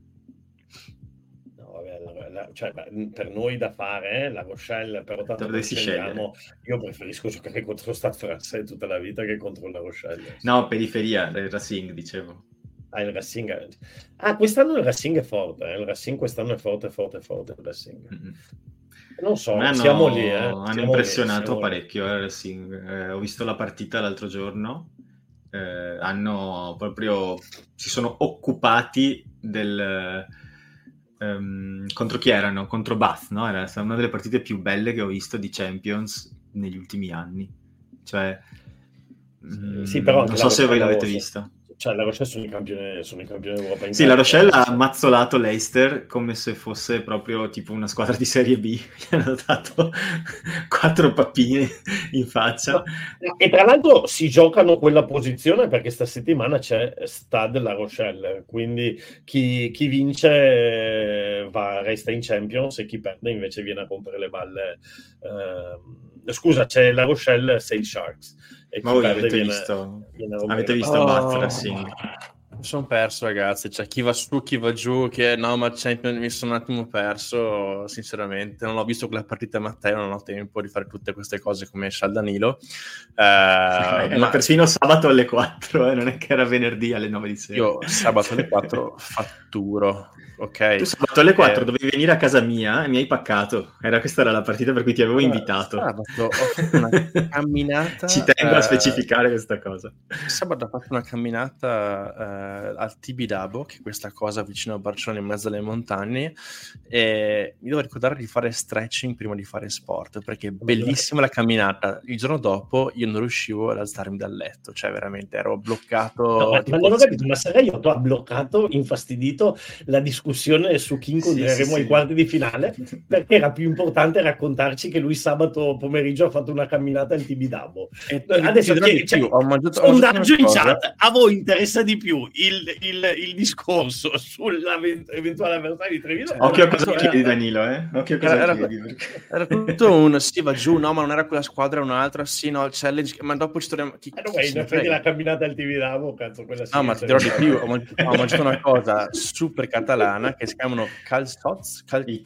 No, vabbè, cioè, per noi da fare la Rochelle, però tanto dovessi scegliere. Io preferisco giocare contro lo Stade Français tutta la vita che contro la Rochelle. No, periferia, il Racing, dicevo. Il Racing. Quest'anno il Racing è forte. Il Racing quest'anno è forte. Il Racing. Mm-hmm. Non so, siamo lì. Hanno impressionato parecchio il Racing. Ho visto la partita l'altro giorno. Hanno proprio si sono occupati del contro chi erano? Contro Bath, no? Era stata una delle partite più belle che ho visto di Champions negli ultimi anni. Cioè, sì, però non so se voi l'avete vista. Cioè, la Rochelle sono i campioni d'Europa. Sì, la Rochelle ha mazzolato l'Eister come se fosse proprio tipo una squadra di Serie B. Gli hanno dato 4 pappini in faccia. E tra l'altro si giocano quella posizione perché sta settimana c'è Stade La Rochelle, quindi chi vince resta in Champions e chi perde invece viene a rompere le balle. Scusa, c'è La Rochelle, Sale Sharks. Ma voi avete visto Bath Racing? Mi sono perso, ragazzi. Cioè, chi va su, chi va giù, ma Champions mi sono un attimo perso, sinceramente. Non ho visto quella partita Matteo, non ho tempo di fare tutte queste cose come Danilo. Ma persino sabato alle 4, non è che era venerdì alle 9 di sera. Io sabato alle 4 fatturo. Ok. Tu sabato alle 4 dovevi venire a casa mia e mi hai paccato. Questa era la partita per cui ti avevo invitato. Sabato ho fatto una camminata. Ci tengo a specificare questa cosa. Sabato ho fatto una camminata al Tibidabo, che è questa cosa vicino a Barcellona in mezzo alle montagne, e mi devo ricordare di fare stretching prima di fare sport, perché è bellissima la camminata. Il giorno dopo io non riuscivo ad alzarmi dal letto, cioè veramente ero bloccato. No, ma non ho capito, ma Saraiotto ha bloccato, infastidito la discussione su chi incontreremo ai quarti di finale, perché era più importante raccontarci che lui sabato pomeriggio ha fatto una camminata al Tibidabo. Adesso sondaggio in chat: a voi interessa di più il discorso sull'eventuale avversario di Treviso? Occhio a cosa chiedi, Danilo, occhio a cosa chiedi, perché... era tutto un sì, va giù, no, ma non era quella squadra, un'altra, sì, no, il challenge, ma dopo ci torniamo. In effetti la camminata al Tibidabo, cazzo, quella sì. No, ma ti dirò di più, ho mangiato una cosa super catalana che si chiamano calzots.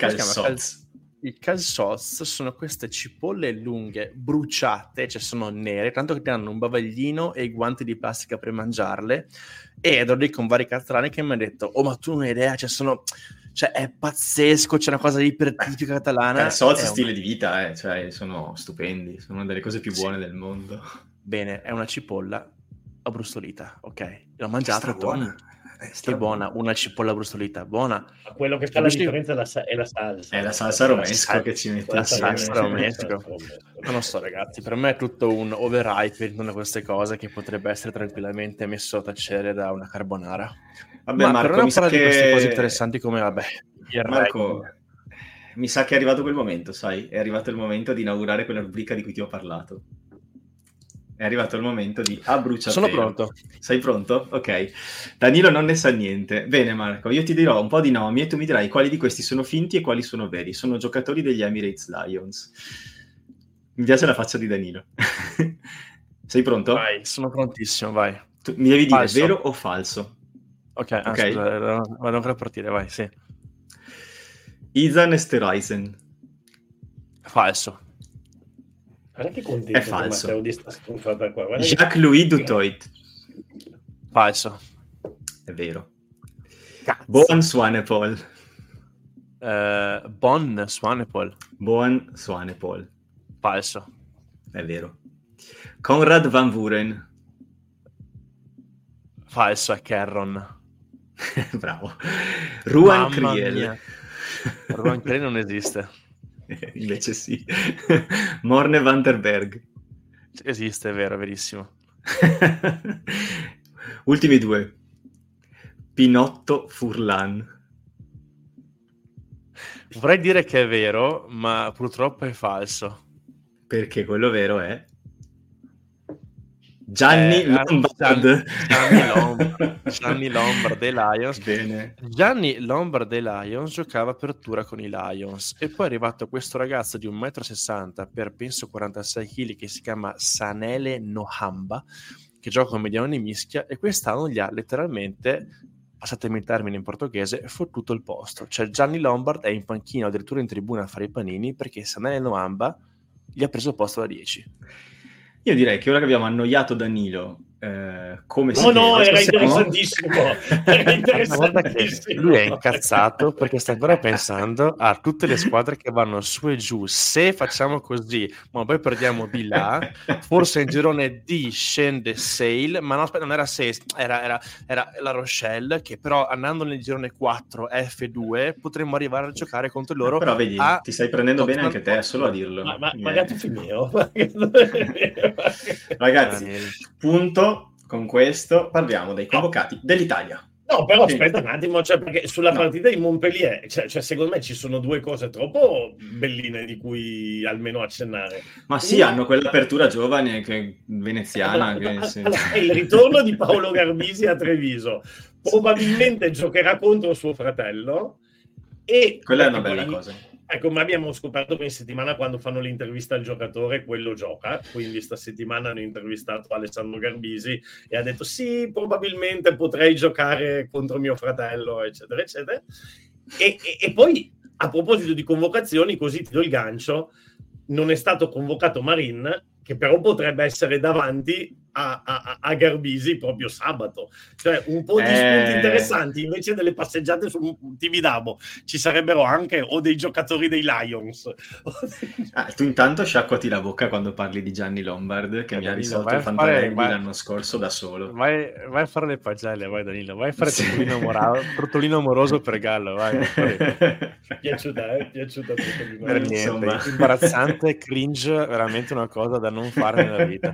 I calzots sono queste cipolle lunghe, bruciate, cioè sono nere, tanto che ti hanno un bavaglino e i guanti di plastica per mangiarle, e ero lì con vari catalani che mi hanno detto: oh, ma tu non hai idea, cioè è pazzesco, c'è una cosa ipertipica catalana. Calzots stile di vita, cioè sono stupendi, sono delle cose più buone del mondo. Bene, è una cipolla abbrustolita, ok? L'ho mangiata, buona. Che buona, una cipolla brustolita, buona. Ma quello che fa la differenza è la salsa. È la salsa romesco che ci mette. La salsa romesco. Non lo so, ragazzi, per me è tutto un overhype in queste cose che potrebbe essere tranquillamente messo a tacere da una carbonara. Vabbè, ma Marco, per non parlare di queste cose interessanti come, Marco, mi sa che è arrivato quel momento, sai? È arrivato il momento di inaugurare quella rubrica di cui ti ho parlato. È arrivato il momento di bruciapelo. Sono pronto. Sei pronto? Ok. Danilo non ne sa niente. Bene, Marco, io ti dirò un po' di nomi e tu mi dirai quali di questi sono finti e quali sono veri. Sono giocatori degli Emirates Lions. Mi piace la faccia di Danilo. Sei pronto? Vai, sono prontissimo, vai. Tu mi devi dire vero o falso. Ok. Scusa, vado ancora a partire, vai, sì. Izan Esterhuizen. Falso. Guarda che contento è falso. Matteo di sta sconfata qua. Jacques-Louis Dutoit. Falso. È vero. Boan Swanepoel. Bon Swanepoel. Boan Swanepoel. Falso. È vero. Conrad Van Vuren. Falso, è Kerron. Bravo. Ruan Kriel. Ruan Kriel non esiste. Invece sì. Morne van der Berg. Esiste, è vero, è verissimo. Ultimi due. Pinotto Furlan. Vorrei dire che è vero, ma purtroppo è falso. Perché quello vero è Gianni Lombard. Gianni Lombard dei Lions. Bene. Gianni Lombard dei Lions giocava apertura con i Lions e poi è arrivato questo ragazzo di 1,60 m per penso 46 kg che si chiama Sanele Nohamba, che gioca con mediano di mischia, e quest'anno gli ha letteralmente, passatemi il termine in portoghese, fottuto il posto. Cioè Gianni Lombard è in panchina, addirittura in tribuna a fare i panini, perché Sanele Nohamba gli ha preso il posto da 10. Io direi che ora che abbiamo annoiato Danilo, come si era interessantissimo. Era interessantissimo. Lui è incazzato perché sta ancora pensando a tutte le squadre che vanno su e giù. Se facciamo così, ma poi perdiamo di là, forse in girone D scende Sale, ma no, aspetta, non era Sale, era la Rochelle, che però andando nel girone 4 F2 potremmo arrivare a giocare contro loro. Però vedi, ti stai prendendo bene anche te, solo a dirlo. Ma magari Fimeo. Ragazzi, punto. Con questo parliamo dei convocati dell'Italia. No, però aspetta un attimo, perché sulla partita di Montpellier, secondo me ci sono due cose troppo belline di cui almeno accennare. Ma sì, hanno quell'apertura giovane veneziana. È il ritorno di Paolo Garbisi a Treviso. Probabilmente giocherà contro suo fratello. E quella è una bella cosa. Ecco, ma abbiamo scoperto che in settimana, quando fanno l'intervista al giocatore, quello gioca. Quindi sta settimana hanno intervistato Alessandro Garbisi e ha detto sì, probabilmente potrei giocare contro mio fratello, eccetera, eccetera. E poi, a proposito di convocazioni, così ti do il gancio, non è stato convocato Marin, che però potrebbe essere davanti a Garbisi proprio sabato, cioè un po' di spunti interessanti. Invece delle passeggiate su Tibidabo ci sarebbero anche o dei giocatori dei Lions. Tu intanto sciacquati la bocca quando parli di Gianni Lombard, che mi ha risolto il Fantarelli l'anno scorso da solo. Vai a fare le pagelle, vai Danilo, vai a fare tortolino amoroso per Gallo, vai. È piaciuta per niente, imbarazzante, cringe, veramente una cosa da non fare nella vita.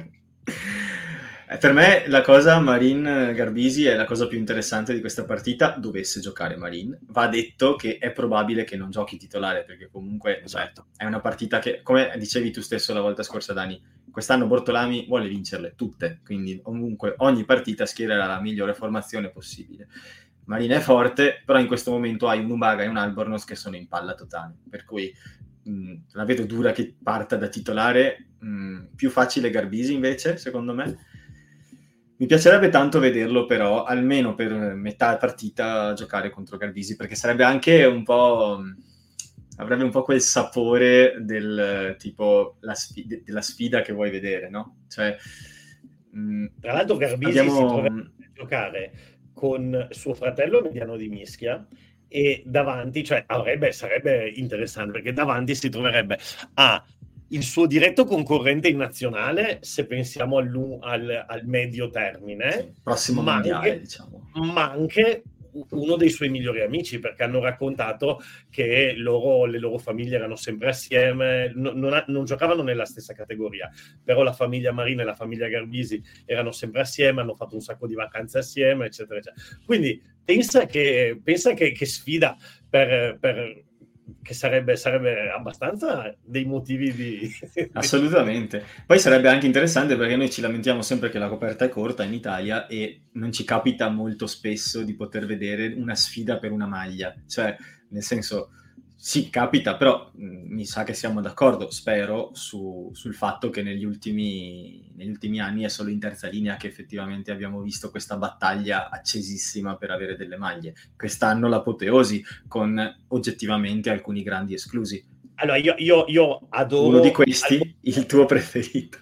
Per me la cosa Marin Garbisi è la cosa più interessante di questa partita, dovesse giocare Marin. Va detto che è probabile che non giochi titolare, perché comunque esatto, è una partita che, come dicevi tu stesso la volta scorsa Dani, quest'anno Bortolami vuole vincerle tutte, quindi comunque ogni partita schiererà la migliore formazione possibile. Marin è forte, però in questo momento hai un Umaga e un Albornoz che sono in palla totale, per cui la vedo dura che parta da titolare. Più facile Garbisi invece, secondo me. Mi piacerebbe tanto vederlo però, almeno per metà partita, giocare contro Garbisi, perché sarebbe anche un po'... avrebbe un po' quel sapore del tipo della sfida che vuoi vedere, no? Cioè, tra l'altro Garbisi si troverebbe a giocare con suo fratello Mediano di Mischia, e davanti, cioè sarebbe interessante, perché davanti si troverebbe il suo diretto concorrente in nazionale, se pensiamo al medio termine, prossimo mondiale, diciamo, ma anche uno dei suoi migliori amici, perché hanno raccontato che le loro famiglie erano sempre assieme, non giocavano nella stessa categoria, però la famiglia Marina e la famiglia Garbisi erano sempre assieme, hanno fatto un sacco di vacanze assieme, eccetera, eccetera. Quindi pensa che sfida che sarebbe abbastanza dei motivi di... Assolutamente. Poi sarebbe anche interessante, perché noi ci lamentiamo sempre che la coperta è corta in Italia e non ci capita molto spesso di poter vedere una sfida per una maglia. Cioè, nel senso, sì, capita, però mi sa che siamo d'accordo, spero, sul fatto che negli ultimi anni è solo in terza linea che effettivamente abbiamo visto questa battaglia accesissima per avere delle maglie. Quest'anno l'apoteosi, con oggettivamente alcuni grandi esclusi. Allora, io adoro... Uno di questi, il tuo preferito.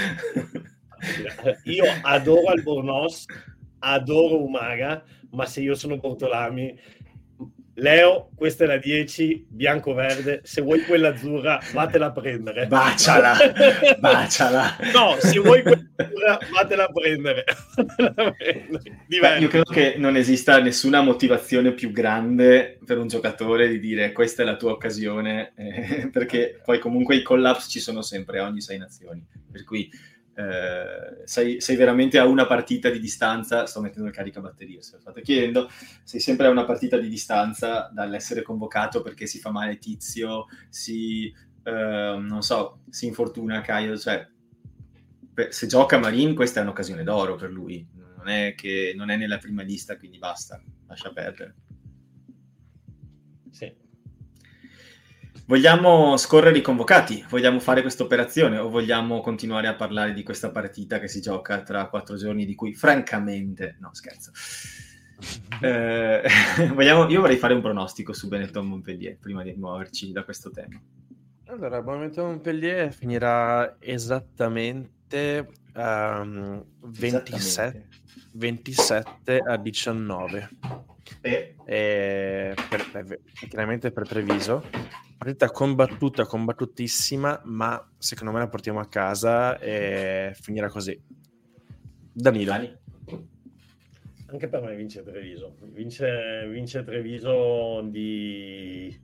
Io adoro Albornoz, adoro Umaga, ma se io sono Bortolami... Leo, questa è la 10, bianco-verde, se vuoi quella azzurra, vatela a prendere. Baciala! No, se vuoi quella azzurra, vatela a prendere. Beh, io credo che non esista nessuna motivazione più grande per un giocatore di dire questa è la tua occasione, perché poi comunque i collapse ci sono sempre a ogni 6 nazioni, per cui sei veramente a una partita di distanza. Sto mettendo il caricabatterie, se lo state chiedendo, sei sempre a una partita di distanza dall'essere convocato perché si fa male Tizio, non so, si infortuna Caio, cioè se gioca Marin questa è un'occasione d'oro per lui, non è che non è nella prima lista, quindi basta, lascia perdere. Sì. Vogliamo scorrere i convocati? Vogliamo fare questa operazione o vogliamo continuare a parlare di questa partita che si gioca tra 4 giorni, di cui francamente... No, scherzo. Io vorrei fare un pronostico su Benetton Montpellier prima di muoverci da questo tema. Allora, Benetton Montpellier finirà esattamente 27 a 19. Chiaramente per Treviso. Partita combattutissima, ma secondo me la portiamo a casa e finirà così. Danilo. Anche per me vince Treviso. Vince Treviso di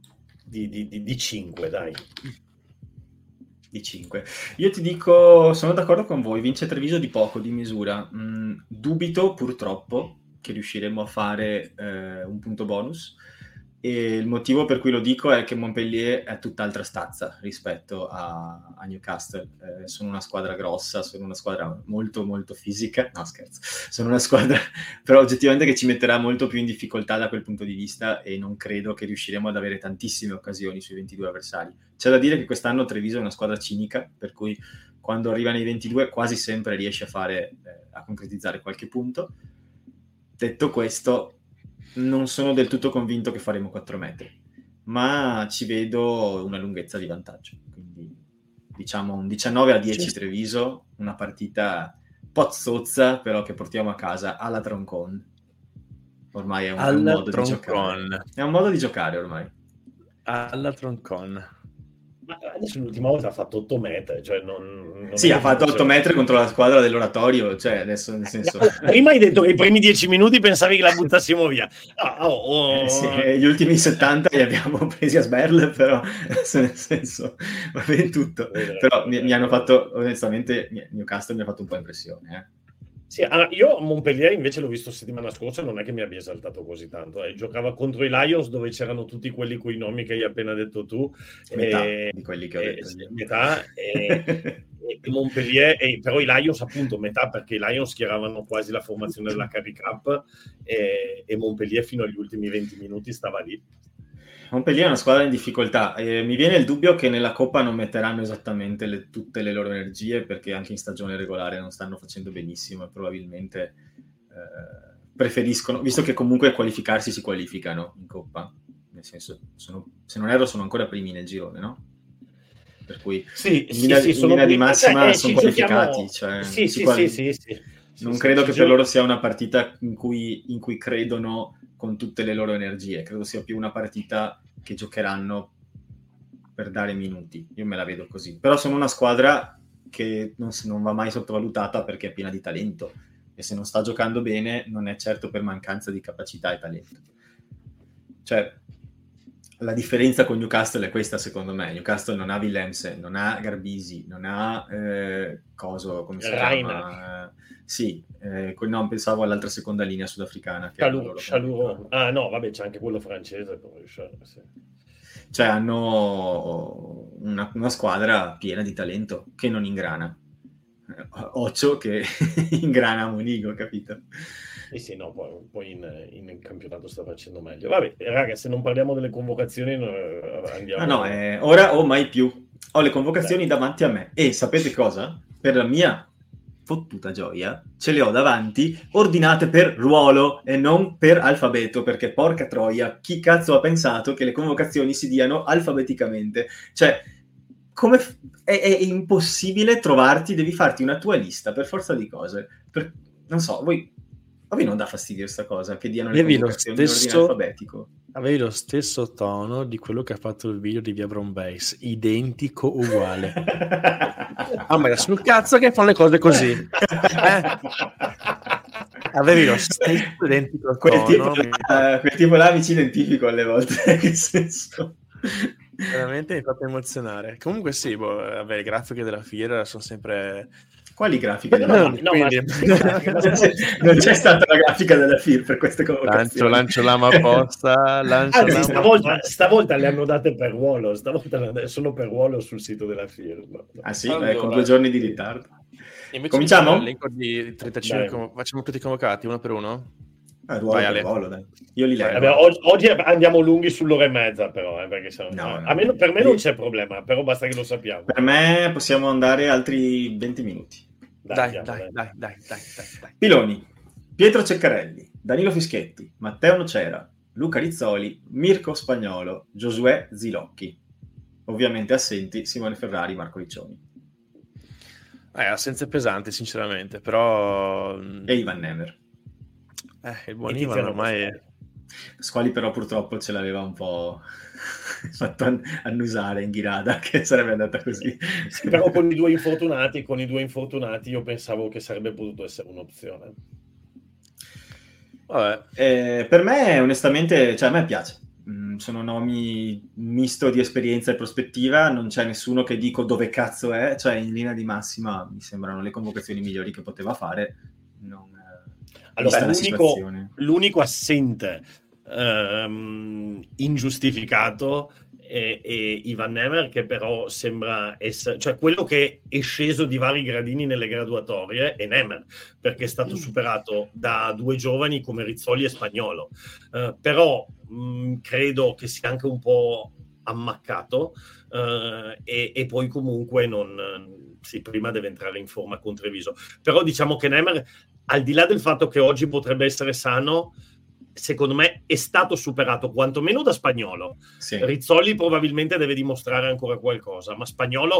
5, dai. Di 5. Io ti dico, sono d'accordo con voi, vince Treviso di poco, di misura. Dubito purtroppo che riusciremo a fare un punto bonus, e il motivo per cui lo dico è che Montpellier è tutt'altra stazza rispetto a Newcastle. Sono una squadra grossa, sono una squadra molto molto fisica, no scherzo, sono una squadra però oggettivamente che ci metterà molto più in difficoltà da quel punto di vista, e non credo che riusciremo ad avere tantissime occasioni sui 22 avversari. C'è da dire che quest'anno Treviso è una squadra cinica, per cui quando arriva nei 22 quasi sempre riesce a concretizzare qualche punto. Detto questo, non sono del tutto convinto che faremo 4 metri, ma ci vedo una lunghezza di vantaggio, quindi diciamo un 19-10 Treviso, una partita pozzozza, però che portiamo a casa alla Troncon. Ormai è un modo di giocare. È un modo di giocare ormai. Alla Troncon. Ma adesso l'ultima volta ha fatto 8 metri, cioè non sì, ha fatto 8 metri contro la squadra dell'oratorio, cioè adesso nel senso... Prima hai detto che i primi 10 minuti pensavi che la buttassimo via. Sì, gli ultimi 70 li abbiamo presi a sberle, però nel senso va bene tutto. Però mi hanno fatto, onestamente, Newcastle mi ha fatto un po' impressione, Sì, io a Montpellier invece l'ho visto settimana scorsa, non è che mi abbia esaltato così tanto. Giocava contro i Lions, dove c'erano tutti quelli coi nomi che hai appena detto tu. Metà di quelli che ho detto. Metà. E Montpellier, però i Lions appunto metà, perché i Lions schieravano quasi la formazione della Currie Cup e Montpellier fino agli ultimi 20 minuti stava lì. Montpellier è una squadra in difficoltà. Mi viene il dubbio che nella Coppa non metteranno esattamente tutte le loro energie, perché anche in stagione regolare non stanno facendo benissimo e probabilmente preferiscono, visto che comunque qualificarsi si qualificano in Coppa, nel senso, se non erro sono ancora primi nel girone, no? Per cui in linea di massima sono qualificati. Cioè, non credo che per loro sia una partita in cui credono con tutte le loro energie, credo sia più una partita che giocheranno per dare minuti, io me la vedo così. Però sono una squadra che non va mai sottovalutata, perché è piena di talento, e se non sta giocando bene non è certo per mancanza di capacità e talento. Cioè, la differenza con Newcastle è questa, secondo me. Newcastle non ha Willemsen, non ha Garbisi, non ha come si chiama? Sì, no, pensavo all'altra seconda linea sudafricana. Chaluro. Ah no, vabbè, c'è anche quello francese. Sì. Cioè hanno una squadra piena di talento che non ingrana. Occhio che ingrana Monigo, capito? Sì, no, poi in campionato sta facendo meglio. Vabbè, raga, se non parliamo delle convocazioni andiamo... No, ora o mai più. Ho le convocazioni davanti a me e sapete cosa? Per la mia fottuta gioia ce le ho davanti ordinate per ruolo e non per alfabeto, perché porca troia, chi cazzo ha pensato che le convocazioni si diano alfabeticamente? Cioè, come è impossibile trovarti, devi farti una tua lista per forza di cose. Non so, a voi non dà fastidio questa cosa che diano le convocazioni in ordine alfabetico? Avevi lo stesso tono di quello che ha fatto il video di Via Brown Base, identico, uguale. Ma era sul cazzo che fanno le cose così. Avevi lo stesso identico tono. Quel tipo là mi ci identifico alle volte, che senso... Veramente mi ha fatto emozionare. Comunque sì, vabbè, le grafiche della fiera sono sempre... Quali grafiche della FIR? Non c'è stata la grafica della FIR per queste convocazioni. Lancio l'ama apposta. Stavolta le hanno date per ruolo. Stavolta sono per ruolo sul sito della FIR. Ah sì? Allora, con 2 giorni di ritardo. Cominciamo? L'elenco di 35 facciamo tutti convocati uno per uno? Ruolo per ruolo, dai. Io li leggo. Vabbè, oggi andiamo lunghi sull'ora e mezza, però, perché per me non c'è problema, però basta che lo sappiamo. Per me possiamo andare altri 20 minuti. Dai. Piloni: Pietro Ceccarelli, Danilo Fischetti, Matteo Nocera, Luca Rizzoli, Mirko Spagnolo, Giosuè Zilocchi. Ovviamente assenti Simone Ferrari, Marco Riccioni. Assenze pesanti, sinceramente, però... E Ivan Nemer. Il buon Ivan ormai... Squali però purtroppo ce l'aveva un po' fatto annusare in Ghirada, che sarebbe andata così. Sì, però con i due infortunati io pensavo che sarebbe potuto essere un'opzione. Vabbè. Per me onestamente, cioè a me piace. Sono nomi misto di esperienza e prospettiva, non c'è nessuno che dico dove cazzo è, cioè in linea di massima mi sembrano le convocazioni migliori che poteva fare. Allora, l'unico assente ingiustificato è Ivan Nemer, che però sembra essere, cioè quello che è sceso di vari gradini nelle graduatorie è Nemer, perché è stato superato da 2 giovani come Rizzoli e Spagnolo, però credo che sia anche un po' ammaccato, e poi comunque prima deve entrare in forma con Treviso, però diciamo che Nemer, al di là del fatto che oggi potrebbe essere sano, secondo me è stato superato quantomeno da Spagnolo. Sì. Rizzoli probabilmente deve dimostrare ancora qualcosa, ma Spagnolo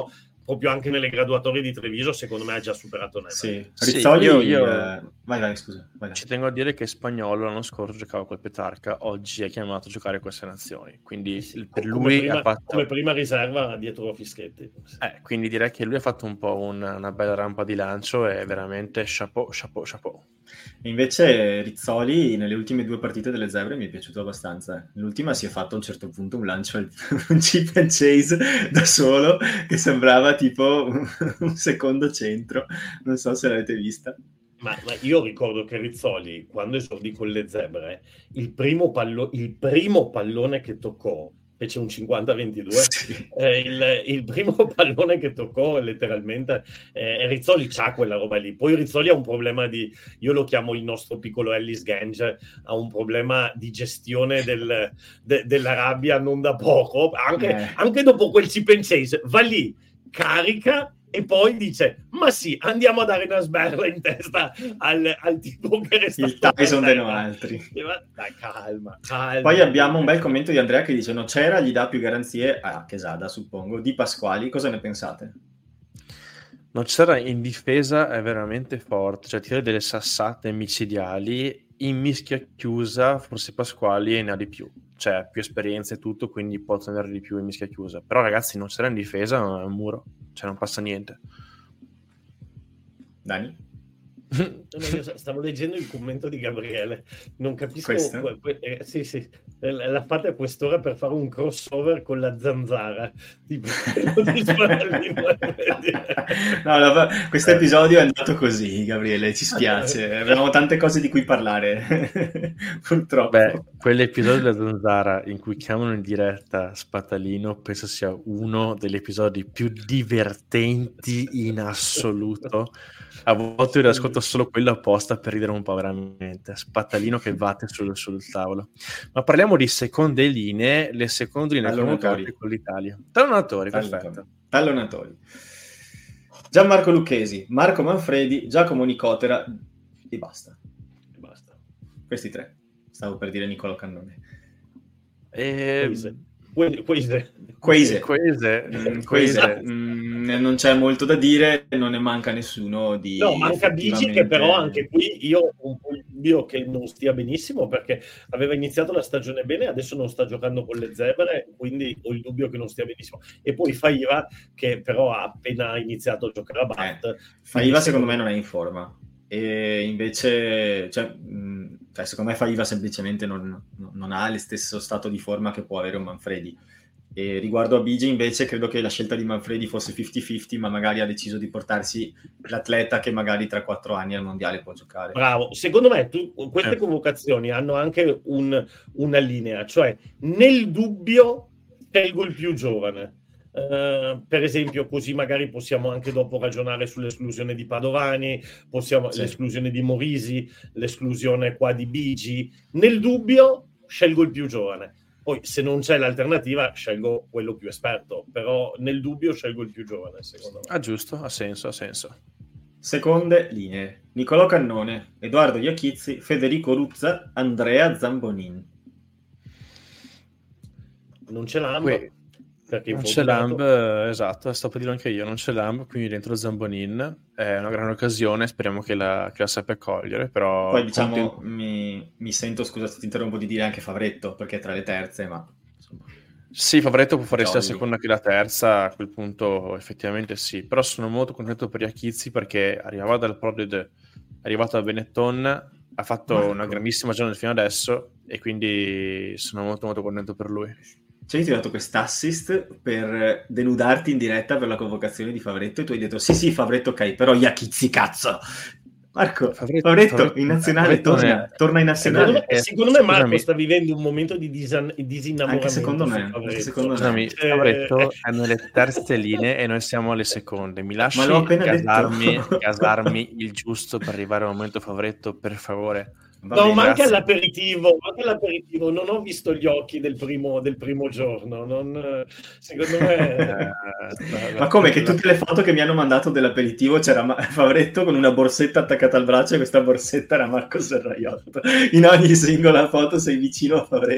proprio anche nelle graduatorie di Treviso, secondo me ha già superato Never. Sì, Rizzoli, vai, scusa. Vai. Ci tengo a dire che Spagnolo l'anno scorso giocava col Petrarca, oggi è chiamato a giocare queste nazioni, quindi per lui ha fatto... come prima riserva dietro Fischetti. Quindi direi che lui ha fatto un po' una bella rampa di lancio e veramente chapeau. Invece Rizzoli nelle ultime 2 partite delle Zebre mi è piaciuto abbastanza. L'ultima si è fatto a un certo punto un lancio un chip and chase da solo che sembrava tipo un secondo centro, non so se l'avete vista. Ma io ricordo che Rizzoli, quando esordì con le Zebre, il primo pallone che toccò, fece un 50-22, sì. Il primo pallone che toccò letteralmente, Rizzoli c'ha quella roba lì. Poi Rizzoli ha un problema io lo chiamo il nostro piccolo Ellis Gange, ha un problema di gestione della rabbia non da poco, anche dopo quel chip and chase, va lì, carica e poi dice ma sì, andiamo a dare una sberla in testa al tipo che resta il Tyson dei altri. Dai, calma. Poi abbiamo un bel commento di Andrea che dice Nocera gli dà più garanzie a Quesada, suppongo, di Pasquali. Cosa ne pensate? Nocera in difesa è veramente forte, cioè tira delle sassate micidiali, in mischia chiusa forse Pasquali ne ha di più, cioè più esperienza e tutto, quindi può tenere di più in mischia chiusa, però ragazzi Nocera in difesa è un muro, cioè non passa niente. Dani? Stavo leggendo il commento di Gabriele, non capisco. Sì, l'ha fatta a quest'ora per fare un crossover con la Zanzara. Tipo, no, questo episodio è andato così, Gabriele, ci spiace, avevamo tante cose di cui parlare purtroppo. Beh, quell'episodio della Zanzara in cui chiamano in diretta Spatalino penso sia uno degli episodi più divertenti in assoluto. A volte io ascolto solo quello apposta per ridere un po' veramente. Spatalino che batte sul tavolo. Ma parliamo di seconde linee, le seconde linee convocate con l'Italia. Tallonatori, perfetto. Tallonatori. Gianmarco Lucchesi, Marco Manfredi, Giacomo Nicotera e basta. Questi 3. Stavo per dire Niccolò Cannone. Queise. Non c'è molto da dire, non ne manca nessuno di... No, manca Bigi che però anche qui io ho un po' il dubbio che non stia benissimo perché aveva iniziato la stagione bene, adesso non sta giocando con le Zebre, quindi ho il dubbio che non stia benissimo. E poi Faiva che però ha appena iniziato a giocare a Bat. Faiva secondo me non è in forma e invece secondo me Faiva semplicemente non ha lo stesso stato di forma che può avere un Manfredi. E riguardo a Bigi invece credo che la scelta di Manfredi fosse 50-50, ma magari ha deciso di portarsi l'atleta che magari tra 4 anni al mondiale può giocare. Bravo, secondo me queste convocazioni hanno anche una linea, cioè nel dubbio scelgo il più giovane. Per esempio, così magari possiamo anche dopo ragionare sull'esclusione di Padovani, l'esclusione di Morisi, l'esclusione qua di Bigi. Nel dubbio scelgo il più giovane. Poi se non c'è l'alternativa scelgo quello più esperto, però nel dubbio scelgo il più giovane, secondo me. Giusto, ha senso. Seconde linee: Niccolò Cannone, Edoardo Iachizzi, Federico Ruzza, Andrea Zambonin. Non c'è Lamb. Non c'è Lamb, esatto, sto per dirlo anche io, non c'è Lamb, quindi dentro Zambonin è una grande occasione, speriamo che la sappia cogliere, però... Poi diciamo, mi sento, scusa se ti interrompo, di dire anche Favretto, perché è tra le terze, ma insomma... Sì, Favretto può fare sia la seconda che la terza, a quel punto effettivamente sì, però sono molto contento per Iachizzi perché arrivava dal Proded, è arrivato a Benetton, ha fatto una grandissima giornata fino adesso e quindi sono molto molto contento per lui. Cioè, ti ho dato quest'assist per denudarti in diretta per la convocazione di Favretto e tu hai detto sì Favretto ok, però Iachizzi cazzo. Marco, Favretto in nazionale torna in nazionale. Secondo me Marco sta vivendo un momento di disinnamoramento. Anche secondo me. Scusami, Favretto è nelle terze linee e noi siamo alle seconde. Mi lasci casarmi il giusto per arrivare al momento Favretto, per favore? No, ma anche all'aperitivo, non ho visto gli occhi del primo giorno, secondo me... Ma come che tutte le foto che mi hanno mandato dell'aperitivo c'era Favretto con una borsetta attaccata al braccio e questa borsetta era Marco Serraiotto. In ogni singola foto sei vicino a Favretto.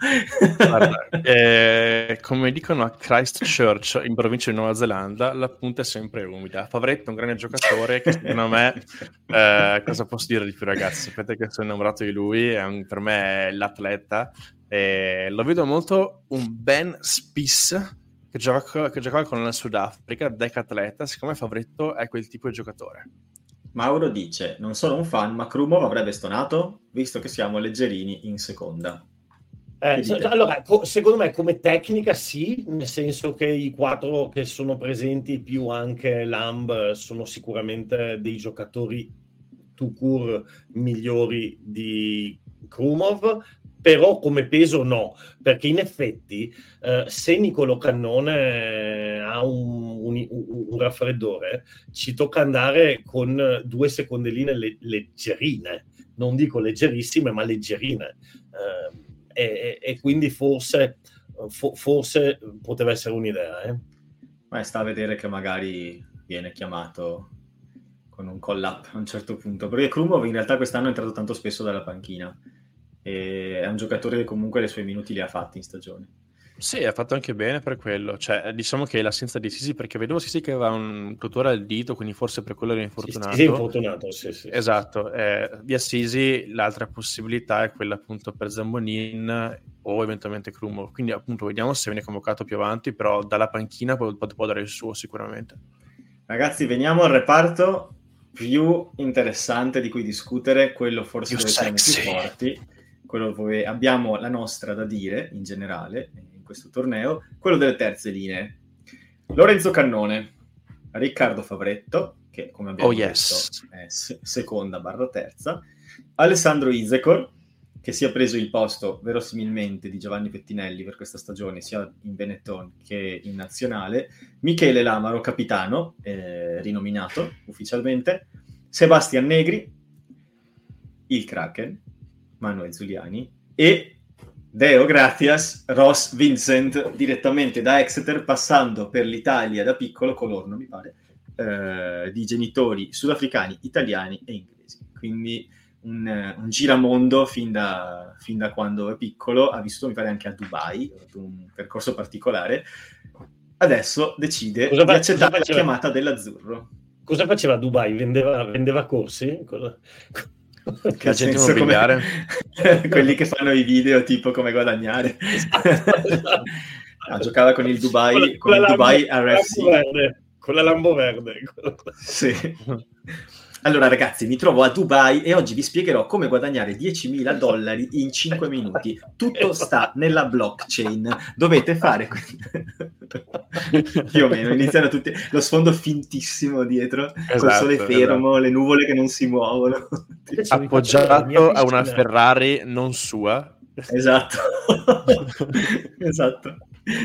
Guarda, come dicono a Christchurch in provincia di Nuova Zelanda, la punta è sempre umida. Favretto è un grande giocatore che secondo me cosa posso dire di più, ragazzi? Sapete che sono innamorato di lui, per me è l'atleta, lo vedo molto un Ben Spies che giocava con la Sudafrica, decatleta. Secondo me Favretto è quel tipo di giocatore. Mauro dice: non sono un fan, ma Krumov avrebbe stonato, visto che siamo leggerini in seconda. Allora, secondo me come tecnica sì, nel senso che i 4 che sono presenti più anche Lamb sono sicuramente dei giocatori tout court migliori di Krumov, però come peso no, perché in effetti se Niccolò Cannone ha un raffreddore, ci tocca andare con 2 secondelline leggerine, non dico leggerissime, ma leggerine. E quindi forse poteva essere un'idea. Ma sta a vedere che magari viene chiamato con un call-up a un certo punto, perché Krumov in realtà quest'anno è entrato tanto spesso dalla panchina e è un giocatore che comunque i suoi minuti li ha fatti in stagione. Sì, ha fatto anche bene per quello. Cioè, diciamo che l'assenza di Sisi, perché vedevo Sisi che aveva un tutore al dito, quindi forse per quello era infortunato. Sì, infortunato, sì. Esatto. Via Sisi, l'altra possibilità è quella appunto per Zambonin o eventualmente Krumov. Quindi appunto vediamo se viene convocato più avanti, però dalla panchina può dare il suo sicuramente. Ragazzi, veniamo al reparto più interessante di cui discutere, quello forse dove siamo più forti, quello dove abbiamo la nostra da dire in generale in questo torneo, quello delle terze linee. Lorenzo Cannone, Riccardo Favretto, che come abbiamo detto è seconda / terza, Alessandro Izekor, che si è preso il posto verosimilmente di Giovanni Pettinelli per questa stagione, sia in Benetton che in nazionale, Michele Lamaro, capitano, rinominato ufficialmente, Sebastian Negri, il Kraken, Manuel Zuliani, e Deo Gratias, Ross Vincent, direttamente da Exeter, passando per l'Italia da piccolo, Colorno mi pare, di genitori sudafricani, italiani e inglesi. Quindi un giramondo fin da quando è piccolo, ha vissuto mi pare anche a Dubai, ha fatto un percorso particolare, adesso decide di accettare la chiamata dell'azzurro. Cosa faceva a Dubai? Vendeva corsi? Che agente immobiliare? Quelli che fanno i video tipo come guadagnare. Esatto. No, giocava con il Dubai, con il Dubai RFC. Con la Lambo verde. Sì. Allora ragazzi, mi trovo a Dubai e oggi vi spiegherò come guadagnare $10.000 in 5 minuti. Tutto sta nella blockchain. Dovete fare più o meno, iniziano tutti lo sfondo fintissimo dietro, col sole fermo, le nuvole che non si muovono. Appoggiato a una Ferrari non sua. Esatto. Esatto.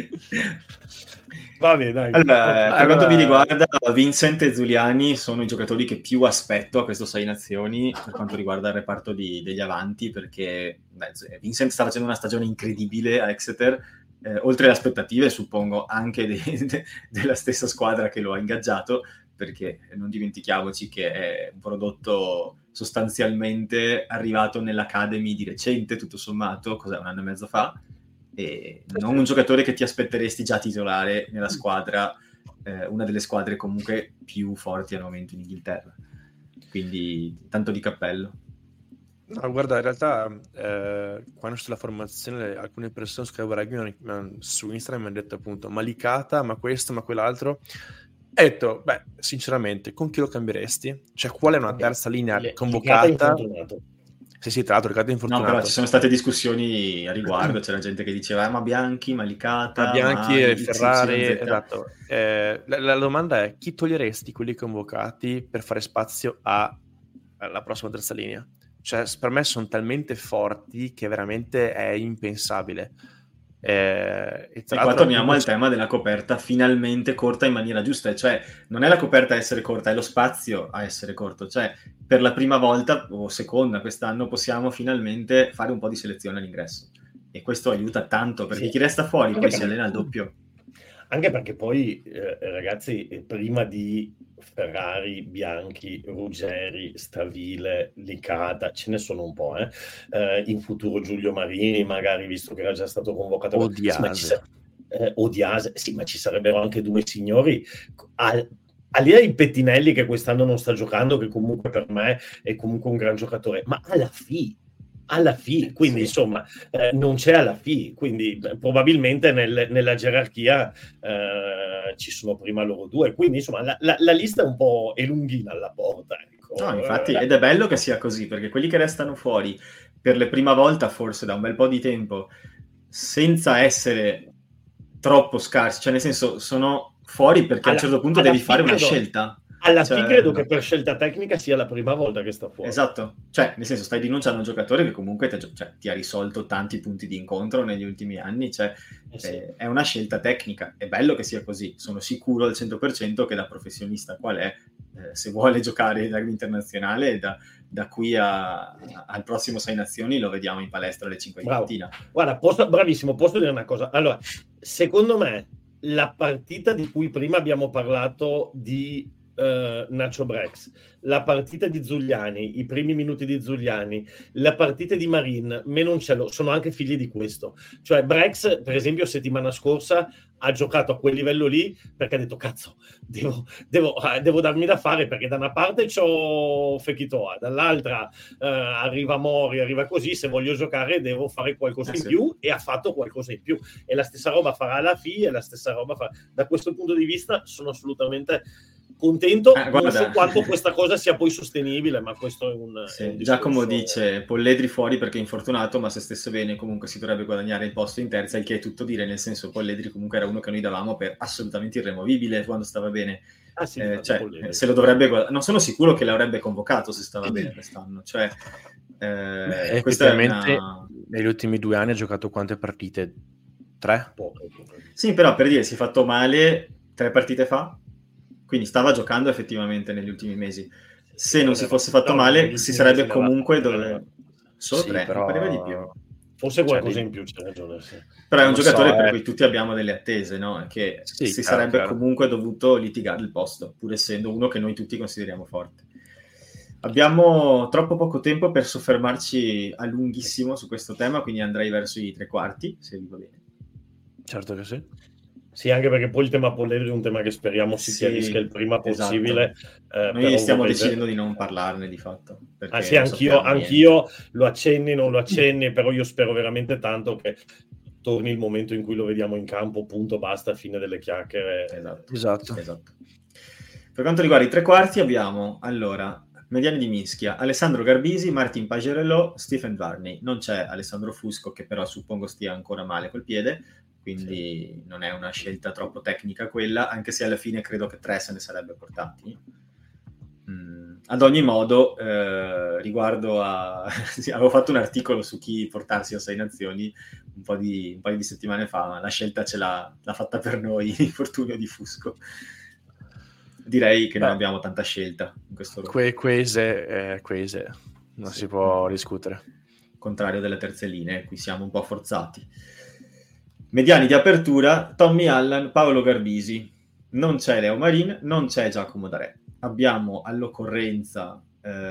Va bene, dai. Allora, per quanto mi riguarda, Vincent e Zuliani sono i giocatori che più aspetto a questo 6 Nazioni per quanto riguarda il reparto degli avanti, perché Vincent sta facendo una stagione incredibile a Exeter, oltre alle aspettative, suppongo, anche della stessa squadra che lo ha ingaggiato, perché non dimentichiamoci che è un prodotto sostanzialmente arrivato nell'Academy di recente, tutto sommato, cos'è, 1 anno e mezzo fa, e non un giocatore che ti aspetteresti già titolare nella squadra, una delle squadre comunque più forti al momento in Inghilterra, quindi tanto di cappello. No, guarda, in realtà quando sulla formazione alcune persone su Instagram mi hanno detto appunto Malikata, ma questo, ma quell'altro. Ho detto, beh, sinceramente, con chi lo cambieresti? Cioè, qual è una terza linea convocata? Sì, tra l'altro Riccardo è infortunato. No, però ci sono state discussioni a riguardo, c'era gente che diceva ma Bianchi, Malikata, Bianchi e Ferrari, esatto. La domanda è, chi toglieresti quelli convocati per fare spazio alla prossima terza linea? Cioè, per me sono talmente forti che veramente è impensabile. E qua torniamo al tema della coperta finalmente corta in maniera giusta, cioè non è la coperta a essere corta, è lo spazio a essere corto, cioè per la prima volta o seconda quest'anno possiamo finalmente fare un po' di selezione all'ingresso e questo aiuta tanto perché chi resta fuori poi si allena al doppio. Anche perché poi, ragazzi, prima di Ferrari, Bianchi, Ruggeri, Stavile, Licata, ce ne sono un po', in futuro Giulio Marini, magari, visto che era già stato convocato. O Diase. O Diase, sì, ma ci sarebbero anche due signori, al lì ai Pettinelli che quest'anno non sta giocando, che comunque per me è comunque un gran giocatore, ma alla FI, quindi insomma non c'è alla FI, quindi probabilmente nella gerarchia ci sono prima loro due, quindi insomma la lista è un po' è lunghina alla porta, ecco. No, infatti, ed è bello che sia così, perché quelli che restano fuori per la prima volta forse da un bel po' di tempo, senza essere troppo scarsi, cioè nel senso sono fuori perché a un certo punto devi fare una scelta. Alla fine credo che per scelta tecnica sia la prima volta che sta fuori. Esatto, cioè nel senso stai rinunciando a un giocatore che comunque ti ha risolto tanti punti di incontro negli ultimi anni, cioè sì. È una scelta tecnica, è bello che sia così, sono sicuro al 100% che da professionista qual è, se vuole giocare in rugby internazionale da qui al prossimo 6 Nazioni lo vediamo in palestra alle 5 di mattina. Guarda, bravissimo, posso dire una cosa? Allora, secondo me la partita di cui prima abbiamo parlato di Nacho Brex, la partita di Zuliani, i primi minuti di Zuliani, la partita di Marin, Menoncello, sono anche figli di questo. Cioè Brex, per esempio, settimana scorsa ha giocato a quel livello lì perché ha detto cazzo, devo darmi da fare, perché da una parte c'ho Fekitoa, dall'altra arriva Mori, arriva così, se voglio giocare devo fare qualcosa in più, e ha fatto qualcosa in più, e la stessa roba farà alla FI, e la stessa roba farà. Da questo punto di vista sono assolutamente contento, non so quanto questa cosa sia poi sostenibile, ma questo è un... Giacomo dice Polledri fuori perché è infortunato, ma se stesse bene comunque si dovrebbe guadagnare il posto in terza, il che è tutto dire, nel senso Polledri comunque era uno che noi davamo per assolutamente irremovibile quando stava bene, se lo dovrebbe non sono sicuro che l'avrebbe convocato se stava bene quest'anno, cioè effettivamente negli ultimi 2 anni ha giocato quante partite? 3? Sì, però per dire si è fatto male 3 partite fa, quindi stava giocando effettivamente negli ultimi mesi. Se non si fosse fatto male, si sarebbe comunque solo 3, però pareva di più. Forse qualcosa in più c'è ragione. Sì. Però è un giocatore per cui tutti abbiamo delle attese, no? Che si sarebbe comunque dovuto litigare il posto, pur essendo uno che noi tutti consideriamo forte. Abbiamo troppo poco tempo per soffermarci a lunghissimo su questo tema, quindi andrei verso i 3/4, se vi va bene. Certo che sì. Sì, anche perché poi il tema Polledri è un tema che speriamo si chiarisca il prima possibile. Noi stiamo decidendo di non parlarne di fatto. Sì, anch'io lo accenni, non lo accenni, però io spero veramente tanto che torni il momento in cui lo vediamo in campo, punto, basta, fine delle chiacchiere. Esatto. Per quanto riguarda i 3/4 abbiamo, allora, mediani di mischia, Alessandro Garbisi, Martin Pagerello, Stephen Varney. Non c'è Alessandro Fusco, che però suppongo stia ancora male col piede, quindi non è una scelta troppo tecnica quella, anche se alla fine credo che 3 se ne sarebbe portati. Ad ogni modo, riguardo a... avevo fatto un articolo su chi portarsi a 6 Nazioni un paio di settimane fa, ma la scelta ce l'ha fatta per noi l'infortunio di Fusco. Direi che non abbiamo tanta scelta in questo Quese non si può discutere. Contrario delle terze linee, qui siamo un po' forzati. Mediani di apertura, Tommy Allan, Paolo Garbisi. Non c'è Leo Marin, non c'è Giacomo Darè. Abbiamo all'occorrenza...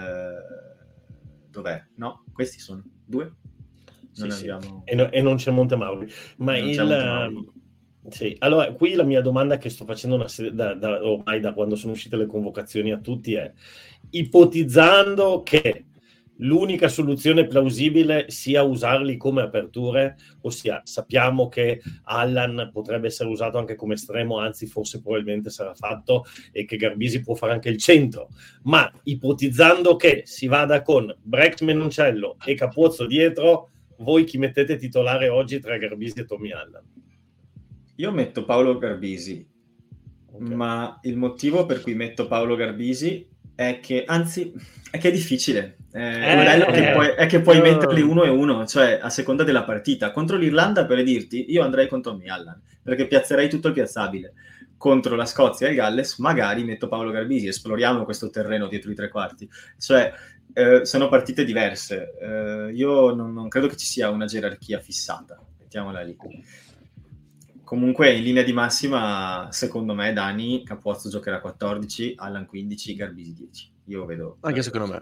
dov'è? No, questi sono 2. Abbiamo... E non c'è Montemauri. Ma sì, allora qui la mia domanda che sto facendo ormai da quando sono uscite le convocazioni a tutti è: ipotizzando che l'unica soluzione plausibile sia usarli come aperture, ossia sappiamo che Allan potrebbe essere usato anche come estremo, anzi forse probabilmente sarà fatto, e che Garbisi può fare anche il centro, ma ipotizzando che si vada con Brex, Menoncello e Capozzo dietro, voi chi mettete titolare oggi tra Garbisi e Tommy Allan? Io metto Paolo Garbisi, ma il motivo per cui metto Paolo Garbisi è che, anzi, è che è difficile. È che puoi metterli 1 e 1, cioè a seconda della partita. Contro l'Irlanda, per dirti, io andrei con Tommy Allan, perché piazzerei tutto il piazzabile. Contro la Scozia e il Galles, magari metto Paolo Garbisi, esploriamo questo terreno dietro i 3/4. Cioè, sono partite diverse. Io non credo che ci sia una gerarchia fissata, mettiamola lì. Comunque, in linea di massima, secondo me, Dani, Capuozzo giocherà 14, Allan 15, Garbisi 10. Io vedo... Anche secondo me.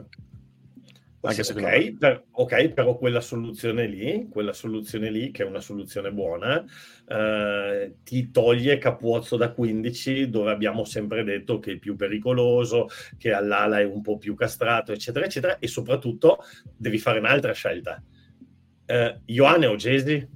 Ok, però quella soluzione lì, che è una soluzione buona, ti toglie Capuozzo da 15, dove abbiamo sempre detto che è più pericoloso, che all'ala è un po' più castrato, eccetera, eccetera, e soprattutto devi fare un'altra scelta. Ioane o Gesi?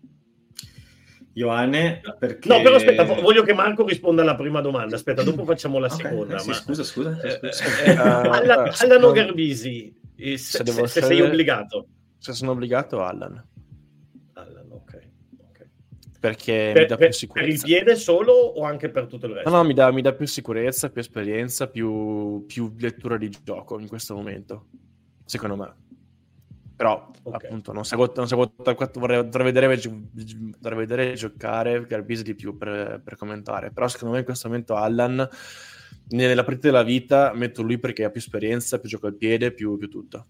Ioane, perché... No, però aspetta, voglio che Marco risponda alla prima domanda. Aspetta, dopo facciamo la seconda. Sì, scusa. Allan o Garbisi? Se sei obbligato. Se sono obbligato, Allan, ok. Perché mi dà più sicurezza. Per il piede solo o anche per tutto il resto? No, mi dà più sicurezza, più esperienza, più lettura di gioco in questo momento, secondo me. Però appunto non seguo vorrei vedere giocare Garbisi di più per commentare. Però secondo me in questo momento Allan, nella partita della vita, metto lui perché ha più esperienza, più gioco al piede, più tutto.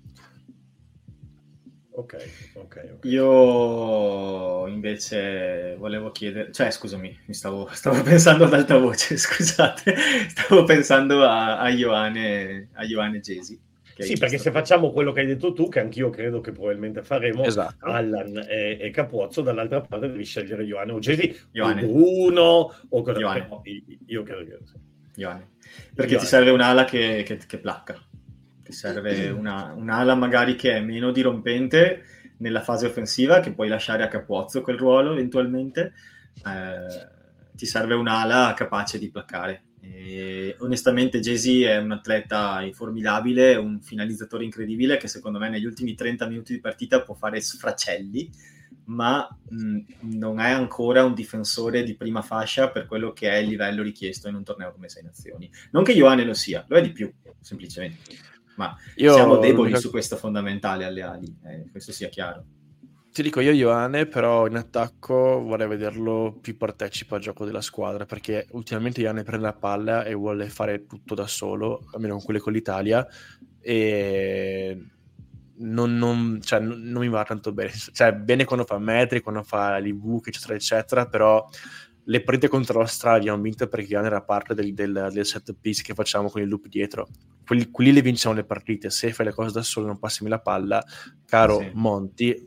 Ok. Io invece volevo chiedere, scusami, stavo pensando ad alta voce, scusate, stavo pensando a Ioane Gesi. Sì, perché se facciamo quello che hai detto tu, che anch'io credo che probabilmente faremo, esatto. Allan e Capuozzo, dall'altra parte devi scegliere Ioane o Gesi, o Bruno, o cosa. Ioane. Io credo che Ioane. Perché ti serve un'ala che placca, ti serve un'ala magari che è meno dirompente nella fase offensiva, che puoi lasciare a Capuozzo quel ruolo eventualmente, ti serve un'ala capace di placcare. E onestamente Gesi è un atleta formidabile, un finalizzatore incredibile che secondo me negli ultimi 30 minuti di partita può fare sfracelli, ma non è ancora un difensore di prima fascia per quello che è il livello richiesto in un torneo come Sei Nazioni. Non che Ioane lo sia, lo è di più semplicemente, ma siamo deboli su questo fondamentale alle ali, questo sia chiaro. Ti dico io Ioane, però in attacco vorrei vederlo più partecipa al gioco della squadra, perché ultimamente Ioane prende la palla e vuole fare tutto da solo, almeno con quelle con l'Italia, e non mi va tanto bene. Bene quando fa metri, quando fa l'IV, eccetera, eccetera, però le partite contro l'Australia abbiamo vinto perché Ioane era parte del set piece che facciamo con il loop dietro. Quelli le vinciamo le partite. Se fai le cose da solo non passami la palla, caro sì. Monti.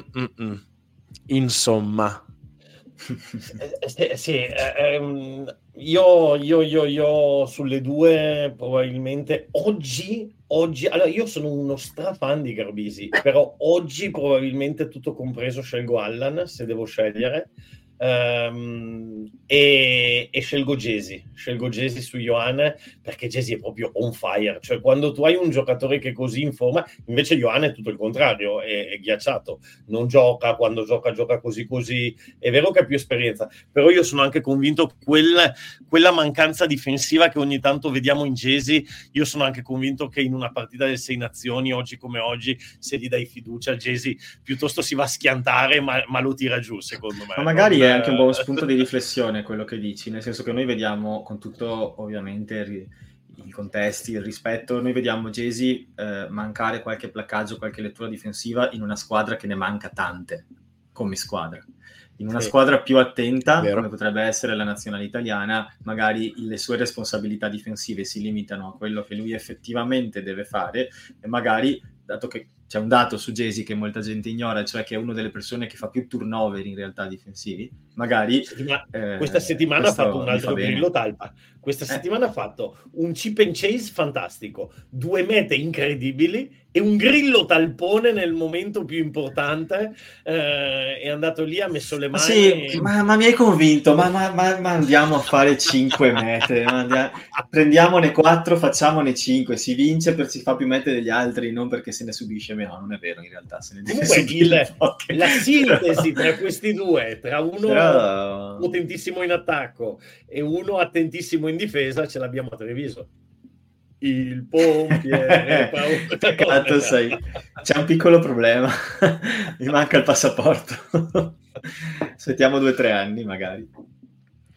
Insomma, io sulle due probabilmente oggi allora io sono uno strafan di Garbisi, però oggi probabilmente tutto compreso scelgo Allan se devo scegliere, e scelgo Gesi su Ioane, perché Gesi è proprio on fire, cioè quando tu hai un giocatore che è così in forma, invece Ioane è tutto il contrario, è ghiacciato, non gioca, quando gioca così, è vero che ha più esperienza, però io sono anche convinto quella mancanza difensiva che ogni tanto vediamo in Gesi, io sono anche convinto che in una partita del Sei Nazioni, oggi come oggi, se gli dai fiducia Gesi piuttosto si va a schiantare, ma lo tira giù, secondo me. Ma magari è anche un buon spunto di riflessione quello che dici, nel senso che noi vediamo, con tutto ovviamente i contesti, il rispetto, noi vediamo Gesi mancare qualche placcaggio, qualche lettura difensiva in una squadra che ne manca tante come squadra. In una squadra più attenta, come potrebbe essere la nazionale italiana, magari le sue responsabilità difensive si limitano a quello che lui effettivamente deve fare, e magari, dato che c'è un dato su Gesi che molta gente ignora, cioè che è una delle persone che fa più turnover in realtà difensivi, magari questa settimana ha fatto un altro grillo talpa. Questa settimana ha fatto un chip and chase fantastico, 2 mete incredibili e un grillo talpone nel momento più importante, è andato lì, ha messo le mani. Sì, ma mi hai convinto, ma andiamo a fare 5 mete, prendiamone 4, facciamone 5, si vince si fa più mete degli altri, non perché se ne subisce meno, non è vero in realtà, se ne deve subire poche. La sintesi tra questi due, tra uno potentissimo in attacco e uno attentissimo in difesa, ce l'abbiamo a Treviso. Il pompiere Peccato, sai, c'è un piccolo problema, mi manca il passaporto. Aspettiamo 2 o 3 anni magari.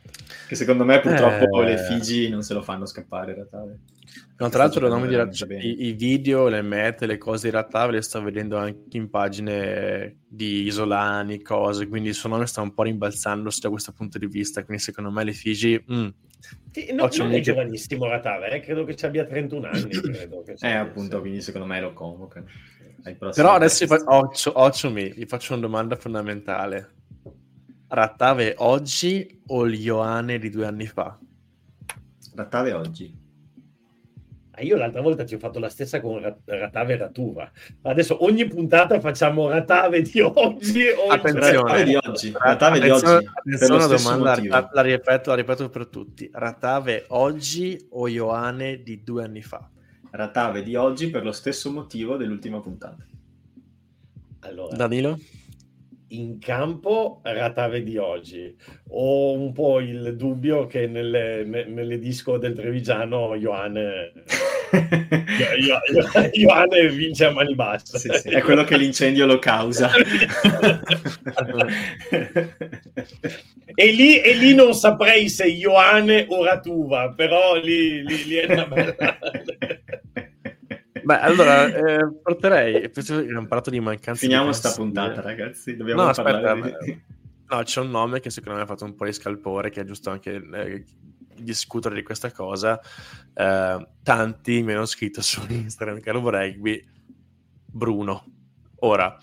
Che secondo me purtroppo le Figi non se lo fanno scappare Ratave. No, tra l'altro i video, le mete, le cose di Ratave le sto vedendo anche in pagine di isolani, cose, quindi il suo nome sta un po' rimbalzando da questo punto di vista, quindi secondo me le Figi... Sì, non è giovanissimo Ratave, credo che ci abbia 31 anni. Credo che appunto, quindi secondo me lo convocano. Però adesso gli faccio una domanda fondamentale. Ratave oggi o il Ioane di 2 anni fa? Ratave oggi. Io l'altra volta ti ho fatto la stessa con Ratave e Ratuva. Adesso ogni puntata facciamo Ratave di oggi o Ratave di oggi. Ratave di oggi. Attenzione alla domanda, la ripeto per tutti. Ratave oggi o Ioane di 2 anni fa? Ratave di oggi per lo stesso motivo dell'ultima puntata. Allora, Danilo? In campo Ratave di oggi. Ho un po' il dubbio che nelle disco del Trevigiano Ioane vince a mani basse. Sì, è quello che l'incendio lo causa. e lì non saprei se Ioane o Ratuva, però lì è una bella... Beh, allora porterei. Abbiamo parlato di mancanza. Finiamo sta puntata, ragazzi. Dobbiamo parlare di... No, c'è un nome che secondo me ha fatto un po' di scalpore, che è giusto anche discutere di questa cosa. Tanti mi hanno scritto su Instagram, caro rugby, Bruno. Ora,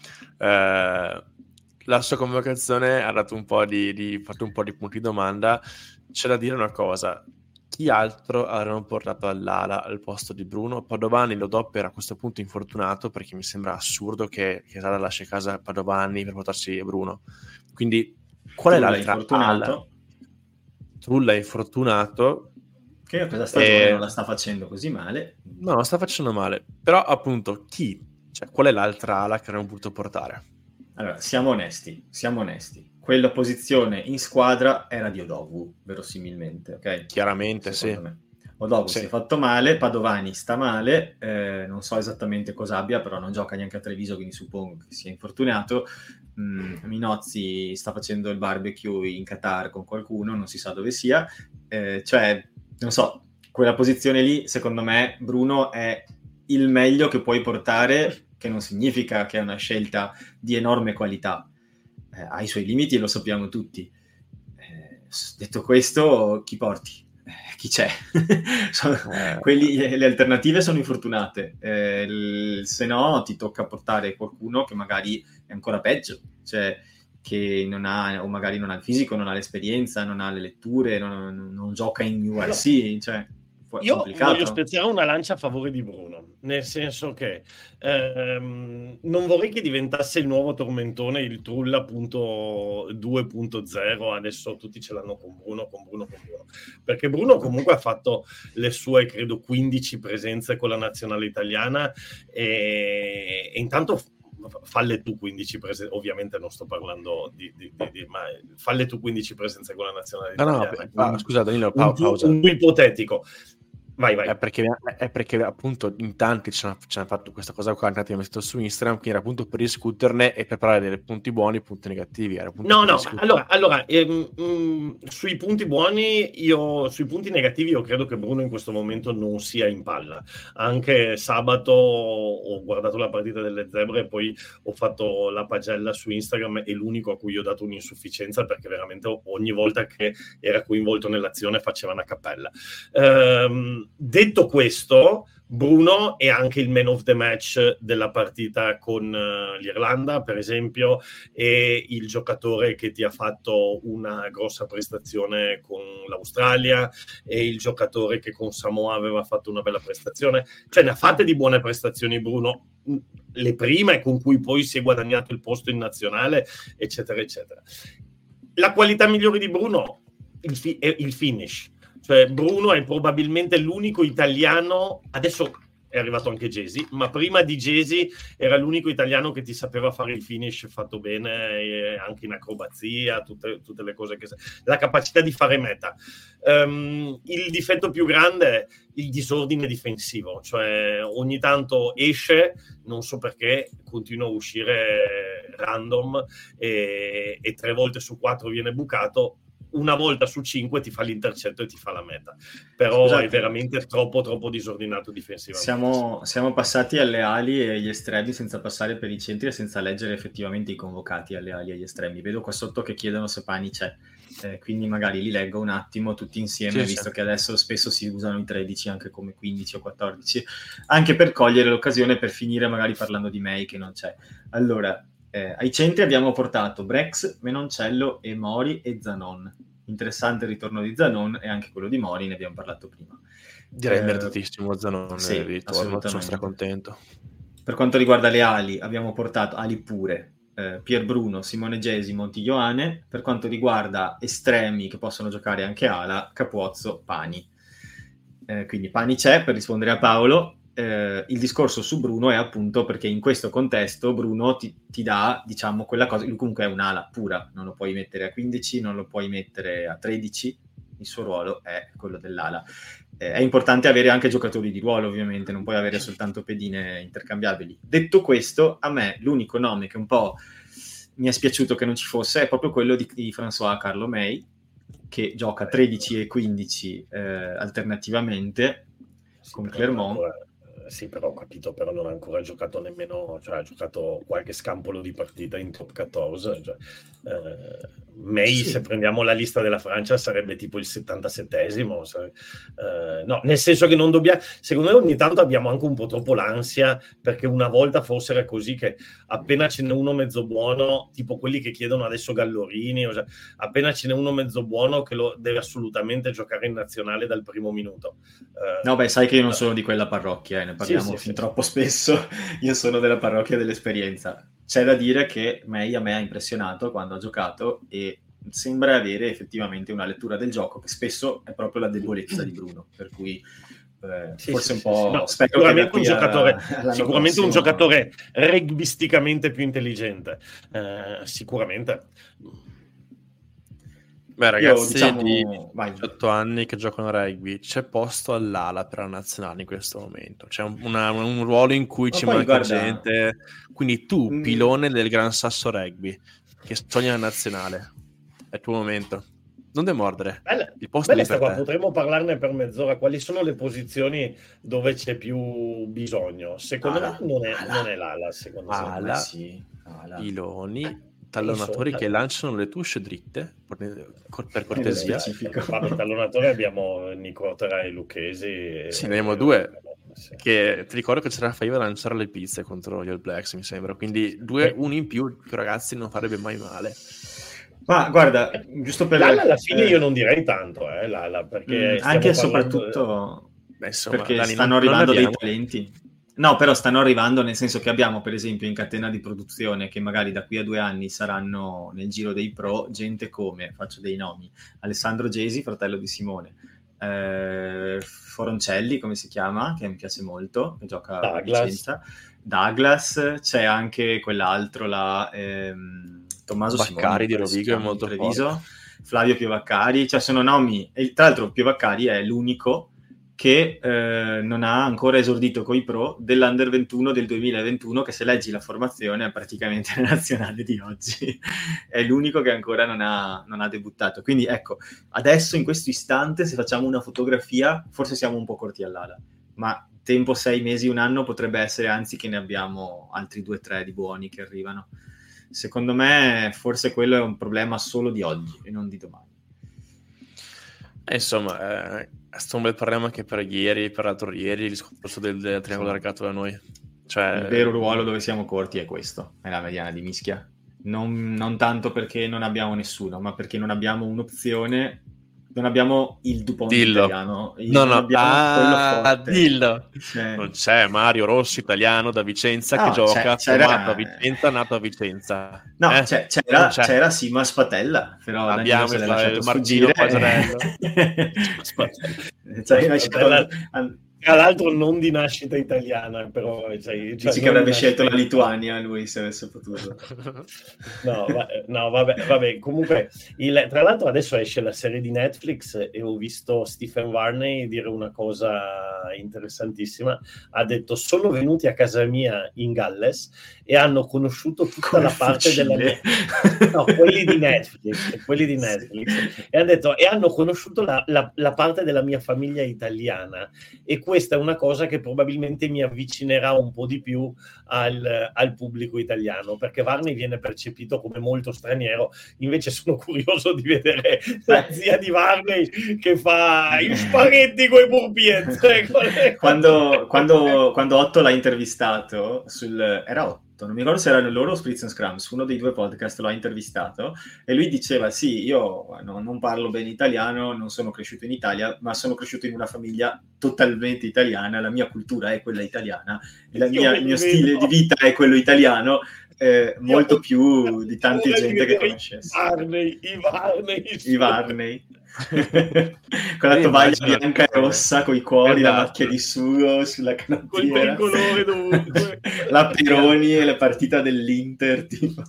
la sua convocazione ha dato un po' fatto un po' di punti di domanda. C'è da dire una cosa. Chi altro avranno portato all'ala al posto di Bruno? Padovani lo do per a questo punto infortunato, perché mi sembra assurdo che Sala lasci a casa Padovani per portarsi Bruno. Quindi qual è l'altra ala? Trulla è infortunato. Che questa stagione non la sta facendo così male. No, non sta facendo male. Però appunto chi? Cioè, qual è l'altra ala che avremmo potuto portare? Allora, siamo onesti. Quella posizione in squadra era di Odogu, verosimilmente, ok? Chiaramente, secondo me. Odogu si è fatto male, Padovani sta male, non so esattamente cosa abbia, però non gioca neanche a Treviso, quindi suppongo che sia infortunato. Minozzi sta facendo il barbecue in Qatar con qualcuno, non si sa dove sia. Cioè, non so, quella posizione lì, secondo me, Bruno è il meglio che puoi portare, che non significa che è una scelta di enorme qualità. Ha i suoi limiti e lo sappiamo tutti. Detto questo, chi porti? Chi c'è? Le alternative sono infortunate. Se no, ti tocca portare qualcuno che magari è ancora peggio, cioè che non ha, o magari non ha il fisico, non ha l'esperienza, non ha le letture, non gioca in URC, cioè io voglio spezzare una lancia a favore di Bruno, nel senso che non vorrei che diventasse il nuovo tormentone, il Trulla 2.0, adesso tutti ce l'hanno con Bruno, perché Bruno comunque ha fatto le sue, credo, 15 presenze con la nazionale italiana e intanto falle tu 15 presenze, ovviamente non sto parlando ma falle tu 15 presenze con la nazionale italiana. No, scusa Danilo, pausa. Un ipotetico. Vai. È perché appunto in tanti ci hanno fatto questa cosa qua, abbiamo messo su Instagram, che era appunto per discuterne e per parlare dei punti buoni e punti negativi. Allora, sui punti buoni, sui punti negativi io credo che Bruno in questo momento non sia in palla. Anche sabato ho guardato la partita delle Zebre e poi ho fatto la pagella su Instagram, è l'unico a cui ho dato un'insufficienza, perché veramente ogni volta che era coinvolto nell'azione faceva una cappella. Detto questo, Bruno è anche il man of the match della partita con l'Irlanda, per esempio, è il giocatore che ti ha fatto una grossa prestazione con l'Australia, è il giocatore che con Samoa aveva fatto una bella prestazione, cioè ne ha fatte di buone prestazioni Bruno, le prime con cui poi si è guadagnato il posto in nazionale, eccetera, eccetera. La qualità migliore di Bruno è il finish. Cioè Bruno è probabilmente l'unico italiano, adesso è arrivato anche Gesi, ma prima di Gesi era l'unico italiano che ti sapeva fare il finish fatto bene, anche in acrobazia, tutte le cose che... La capacità di fare meta. Il difetto più grande è il disordine difensivo, cioè ogni tanto esce, non so perché, continua a uscire random e 3 volte su 4 viene bucato. una volta su 5 ti fa l'intercetto e ti fa la meta, però scusate, è veramente troppo disordinato difensivamente. Siamo passati alle ali e agli estremi senza passare per i centri e senza leggere effettivamente i convocati alle ali e agli estremi. Vedo qua sotto che chiedono se Pani c'è, quindi magari li leggo un attimo tutti insieme, visto che adesso spesso si usano i 13 anche come 15 o 14, anche per cogliere l'occasione per finire magari parlando di May che non c'è. Allora, ai centri abbiamo portato Brex, Menoncello e Mori e Zanon. Interessante il ritorno di Zanon e anche quello di Mori, ne abbiamo parlato prima. Direi meritatissimo Zanon, sì, il ritorno, sono stracontento. Per quanto riguarda le ali, abbiamo portato ali pure, Pier Bruno, Simone Gesi, Montiglioane. Per quanto riguarda estremi che possono giocare anche ala, Capuozzo, Pani. Quindi Pani c'è, per rispondere a Paolo. Il discorso su Bruno è appunto perché in questo contesto Bruno ti dà, diciamo, quella cosa, lui comunque è un'ala pura, non lo puoi mettere a 15, non lo puoi mettere a 13, il suo ruolo è quello dell'ala. È importante avere anche giocatori di ruolo, ovviamente, non puoi avere soltanto pedine intercambiabili. Detto questo, a me l'unico nome che un po' mi è spiaciuto che non ci fosse è proprio quello di François Carlo May, che gioca 13 e 15 alternativamente con Clermont. Sì, però ho capito, però non ha ancora giocato nemmeno, cioè ha giocato qualche scampolo di partita in top 14. Cioè, May, sì. Se prendiamo la lista della Francia, sarebbe tipo il 77esimo. No, nel senso che non dobbiamo, secondo me ogni tanto abbiamo anche un po' troppo l'ansia, perché una volta forse era così che appena ce n'è uno mezzo buono, tipo quelli che chiedono adesso Gallorini, cioè, appena ce n'è uno mezzo buono che lo deve assolutamente giocare in nazionale dal primo minuto. No, beh, sai che io non sono di quella parrocchia, ne parliamo fin troppo spesso. Io sono della parrocchia dell'esperienza. C'è da dire che May a me ha impressionato quando ha giocato e sembra avere effettivamente una lettura del gioco che spesso è proprio la debolezza di Bruno, per cui forse un po'... No, sicuramente un giocatore rugbisticamente più intelligente, sicuramente. Beh, ragazzi, di 18 anni che giocano a rugby, c'è posto all'ala per la nazionale in questo momento. C'è un ruolo in cui ci manca gente. Quindi tu, pilone del Gran Sasso Rugby, che sogna la nazionale, è il tuo momento. Non demordere. Il posto è per te. Potremmo parlarne per mezz'ora. Quali sono le posizioni dove c'è più bisogno? Secondo me non è l'ala. Secondo me sì. Piloni, tallonatori che lanciano le tusce dritte, per cortesia. Vabbè, tallonatori abbiamo Nicotera e Lucchesi. Sì, ne abbiamo due. Che ti ricordo che c'era Faiva a lanciare le pizze contro gli All Blacks, mi sembra. Quindi uno in più, che ragazzi non farebbe mai male. Ma guarda, giusto per... L'ala alla fine io non direi tanto, l'ala, perché anche e soprattutto perché stanno arrivando dei talenti. No, però stanno arrivando, nel senso che abbiamo per esempio in catena di produzione che magari da qui a 2 anni saranno nel giro dei pro, gente come, faccio dei nomi, Alessandro Gesi, fratello di Simone, Foroncelli, come si chiama, che mi piace molto, che gioca a Vicenza, Douglas, c'è anche quell'altro là, Tommaso Baccari Simone, di Rovigo è molto Treviso, Flavio Piovaccari, cioè sono nomi, e tra l'altro Piovaccari è l'unico che non ha ancora esordito coi pro dell'Under 21 del 2021, che se leggi la formazione è praticamente la nazionale di oggi. È l'unico che ancora non ha debuttato. Quindi ecco, adesso in questo istante, se facciamo una fotografia, forse siamo un po' corti all'ala, ma tempo 6 mesi, 1 anno potrebbe essere anzi che ne abbiamo altri 2 o 3 di buoni che arrivano. Secondo me forse quello è un problema solo di oggi e non di domani. Insomma, è stato un bel problema anche per ieri, per l'altro ieri, il discorso del triangolo allargato da noi. Cioè, il vero ruolo dove siamo corti è questo, è la mediana di mischia. Non tanto perché non abbiamo nessuno, ma perché non abbiamo un'opzione, non abbiamo il Dupont italiano. Quello forte. Dillo. Non c'è Mario Rossi italiano da Vicenza che gioca, formato a Vicenza, nato a Vicenza. No, c'era Sima Spatella, però abbiamo il Martino Pasarello. Tra l'altro non di nascita italiana, però... Dici che avrebbe scelto la Lituania lui se avesse potuto. No, vabbè. Comunque, tra l'altro adesso esce la serie di Netflix e ho visto Stephen Varney dire una cosa interessantissima. Ha detto: sono venuti a casa mia in Galles e hanno conosciuto tutta la parte della mia... No, quelli di Netflix. E hanno detto, e hanno conosciuto la parte della mia famiglia italiana, e questa è una cosa che probabilmente mi avvicinerà un po' di più al pubblico italiano, perché Varney viene percepito come molto straniero. Invece sono curioso di vedere la zia di Varney che fa i spaghetti coi burbiette. Quando Otto l'ha intervistato era Otto, non mi ricordo se erano loro o Spritz and Scrums, uno dei due podcast l'ha intervistato e lui diceva: sì, io non parlo bene italiano, non sono cresciuto in Italia, ma sono cresciuto in una famiglia totalmente italiana, la mia cultura è quella italiana, il mio stile di vita è quello italiano, molto più di tanta gente che conoscesse. I Varney. Con la tovaglia bianca e rossa, con i cuori, la macchia di sugo sulla canottiera, col tricolore dovunque, la Peroni e la partita dell'Inter tipo.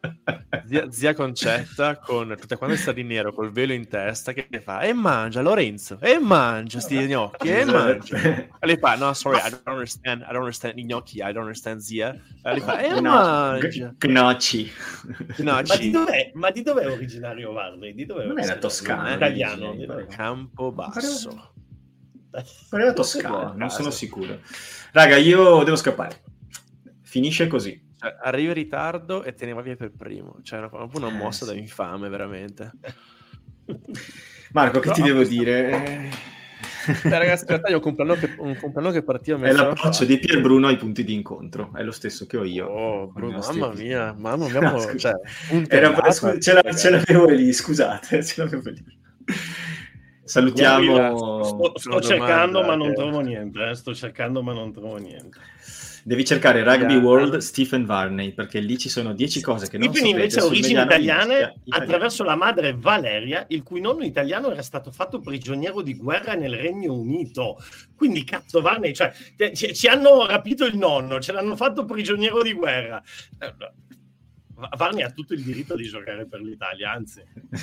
Zia Concetta con tutta quando sta di nero col velo in testa che fa e mangia Lorenzo e mangia sti gnocchi e mangia e le fa no sorry I don't understand i gnocchi, I don't understand zia, e le fa e mangia gnocchi. Ma di dov'è originario Varney? Di dove? Non era toscano, italiano, Campobasso. Era toscano, non sono sicuro. Raga, io devo scappare. Finisce così. Arriva in ritardo e te ne va via per primo. Cioè, una mossa da infame, veramente. Marco, che ti devo dire? Ragazzi, in realtà io un compleanno che partiva... È l'approccio di Pier Bruno ai punti di incontro. È lo stesso che ho io. Oh, Bruno, mamma mia. No, cioè, ce l'avevo lì, scusate. Salutiamo... Sto cercando, ma non trovo niente. Devi cercare Rugby World Stephen Varney, perché lì ci sono 10 cose che non sapete. Invece ha origini italiane attraverso la madre Valeria, il cui nonno italiano era stato fatto prigioniero di guerra nel Regno Unito. Quindi cazzo Varney, cioè ci hanno rapito il nonno, ce l'hanno fatto prigioniero di guerra. Varney ha tutto il diritto di giocare per l'Italia, anzi.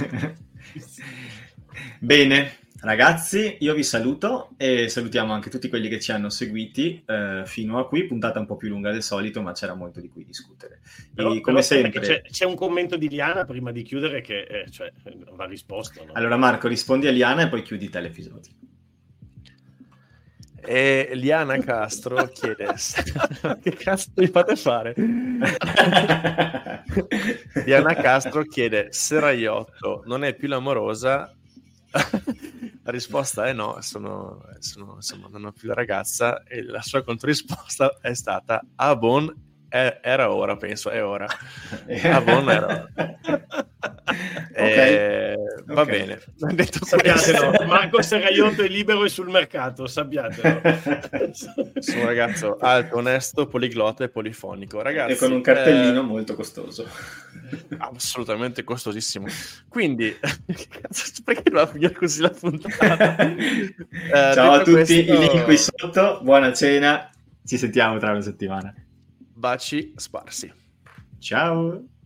Bene, ragazzi, io vi saluto e salutiamo anche tutti quelli che ci hanno seguiti fino a qui, puntata un po' più lunga del solito, ma c'era molto di cui discutere. Come sempre c'è un commento di Liana prima di chiudere che va risposto, no? Allora Marco, rispondi a Liana e poi chiudi te l'episodio. E Liana Castro chiede che cazzo vi fate fare? Liana Castro chiede se Raiotto non è più l'amorosa. La risposta è no, insomma, non ho più la ragazza, e la sua controrisposta è stata era ora, penso, è ora. Bon era ora. Va bene. Sappiatelo, Marco Serraiotto è libero e sul mercato, sappiatelo. Sono un ragazzo alto, onesto, poliglotta e polifonico, ragazzi. E con un cartellino molto costoso. Assolutamente costosissimo. Quindi, perché non finire così la puntata? Ciao a tutti, il link qui sotto, buona cena, ci sentiamo tra una settimana. Baci sparsi. Ciao.